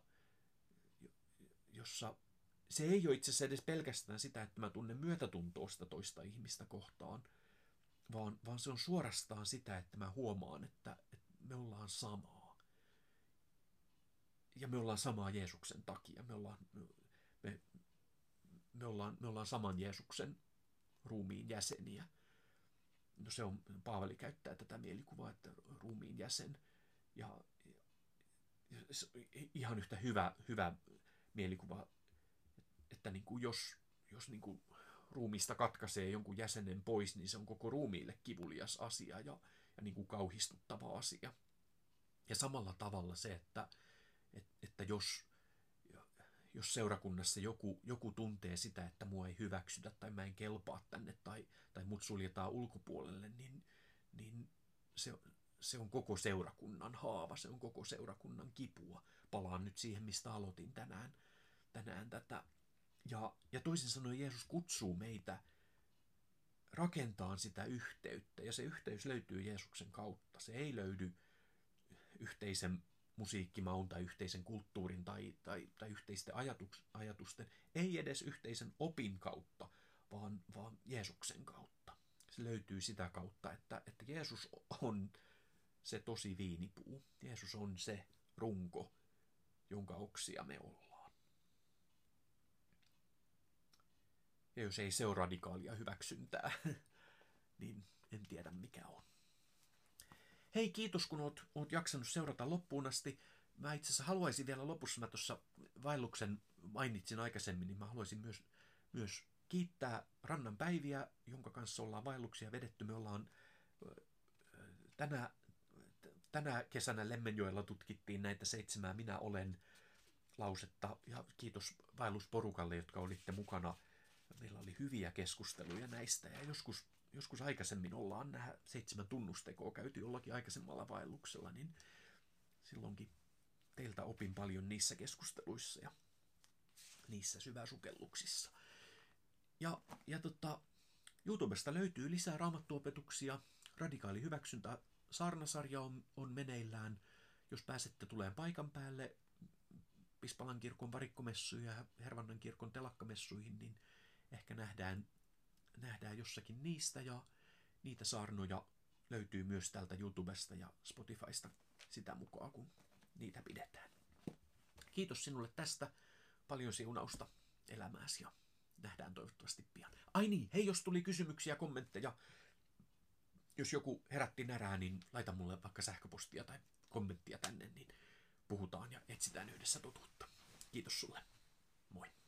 jossa se ei ole itse asiassa edes pelkästään sitä, että mä tunnen myötätuntoa sitä toista ihmistä kohtaan, vaan se on suorastaan sitä, että mä huomaan, että me ollaan samaa. Ja me ollaan samaa Jeesuksen takia. Me ollaan saman Jeesuksen ruumiin jäseniä. No se on, Paavali käyttää tätä mielikuvaa, että ruumiin jäsen. Ja ihan yhtä hyvä mielikuva, että niin kuin jos niin kuin ruumiista katkaisee jonkun jäsenen pois, niin se on koko ruumiille kivulias asia ja niin kuin kauhistuttava asia. Ja samalla tavalla se, että jos seurakunnassa joku tuntee sitä, että mua ei hyväksytä tai mä en kelpaa tänne tai mut suljetaan ulkopuolelle, niin se on koko seurakunnan haava, se on koko seurakunnan kipua. Palaan nyt siihen, mistä aloitin tänään tätä. Ja toisin sanoen Jeesus kutsuu meitä rakentamaan sitä yhteyttä, ja se yhteys löytyy Jeesuksen kautta. Se ei löydy yhteisen musiikkimaun tai yhteisen kulttuurin tai yhteisten ajatusten, ei edes yhteisen opin kautta, vaan Jeesuksen kautta. Se löytyy sitä kautta, että Jeesus on se tosi viinipuu. Jeesus on se runko, jonka oksia me ollaan. Ja jos ei se ole radikaalia hyväksyntää, niin en tiedä mikä on. Hei, kiitos kun oot jaksanut seurata loppuun asti. Mä itse asiassa haluaisin vielä lopussa, mä tuossa vaelluksen mainitsin aikaisemmin, niin mä haluaisin myös kiittää Rannan Päiviä, jonka kanssa ollaan vaelluksia vedetty. Me ollaan tänä kesänä Lemmenjoella tutkittiin näitä 7 minä olen -lausetta, ja kiitos vaellusporukalle, jotka olitte mukana. Meillä oli hyviä keskusteluja näistä, ja joskus aikaisemmin ollaan nämä 7 tunnustekoa käyty jollakin aikaisemmalla vaelluksella, niin silloinkin teiltä opin paljon niissä keskusteluissa ja niissä syväsukelluksissa. Ja YouTubesta löytyy lisää raamattuopetuksia. Radikaali hyväksyntä saarnasarja on meneillään. Jos pääsette tulemaan paikan päälle Pispalan kirkon varikkomessuihin ja Hervannan kirkon telakkamessuihin, niin ehkä nähdään jossakin niistä, ja niitä saarnoja löytyy myös täältä YouTubesta ja Spotifysta sitä mukaan, kun niitä pidetään. Kiitos sinulle tästä, paljon siunausta elämääsi ja nähdään toivottavasti pian. Ai niin, hei, jos tuli kysymyksiä, kommentteja, jos joku herätti närää, niin laita mulle vaikka sähköpostia tai kommenttia tänne, niin puhutaan ja etsitään yhdessä totuutta. Kiitos sulle. Moi.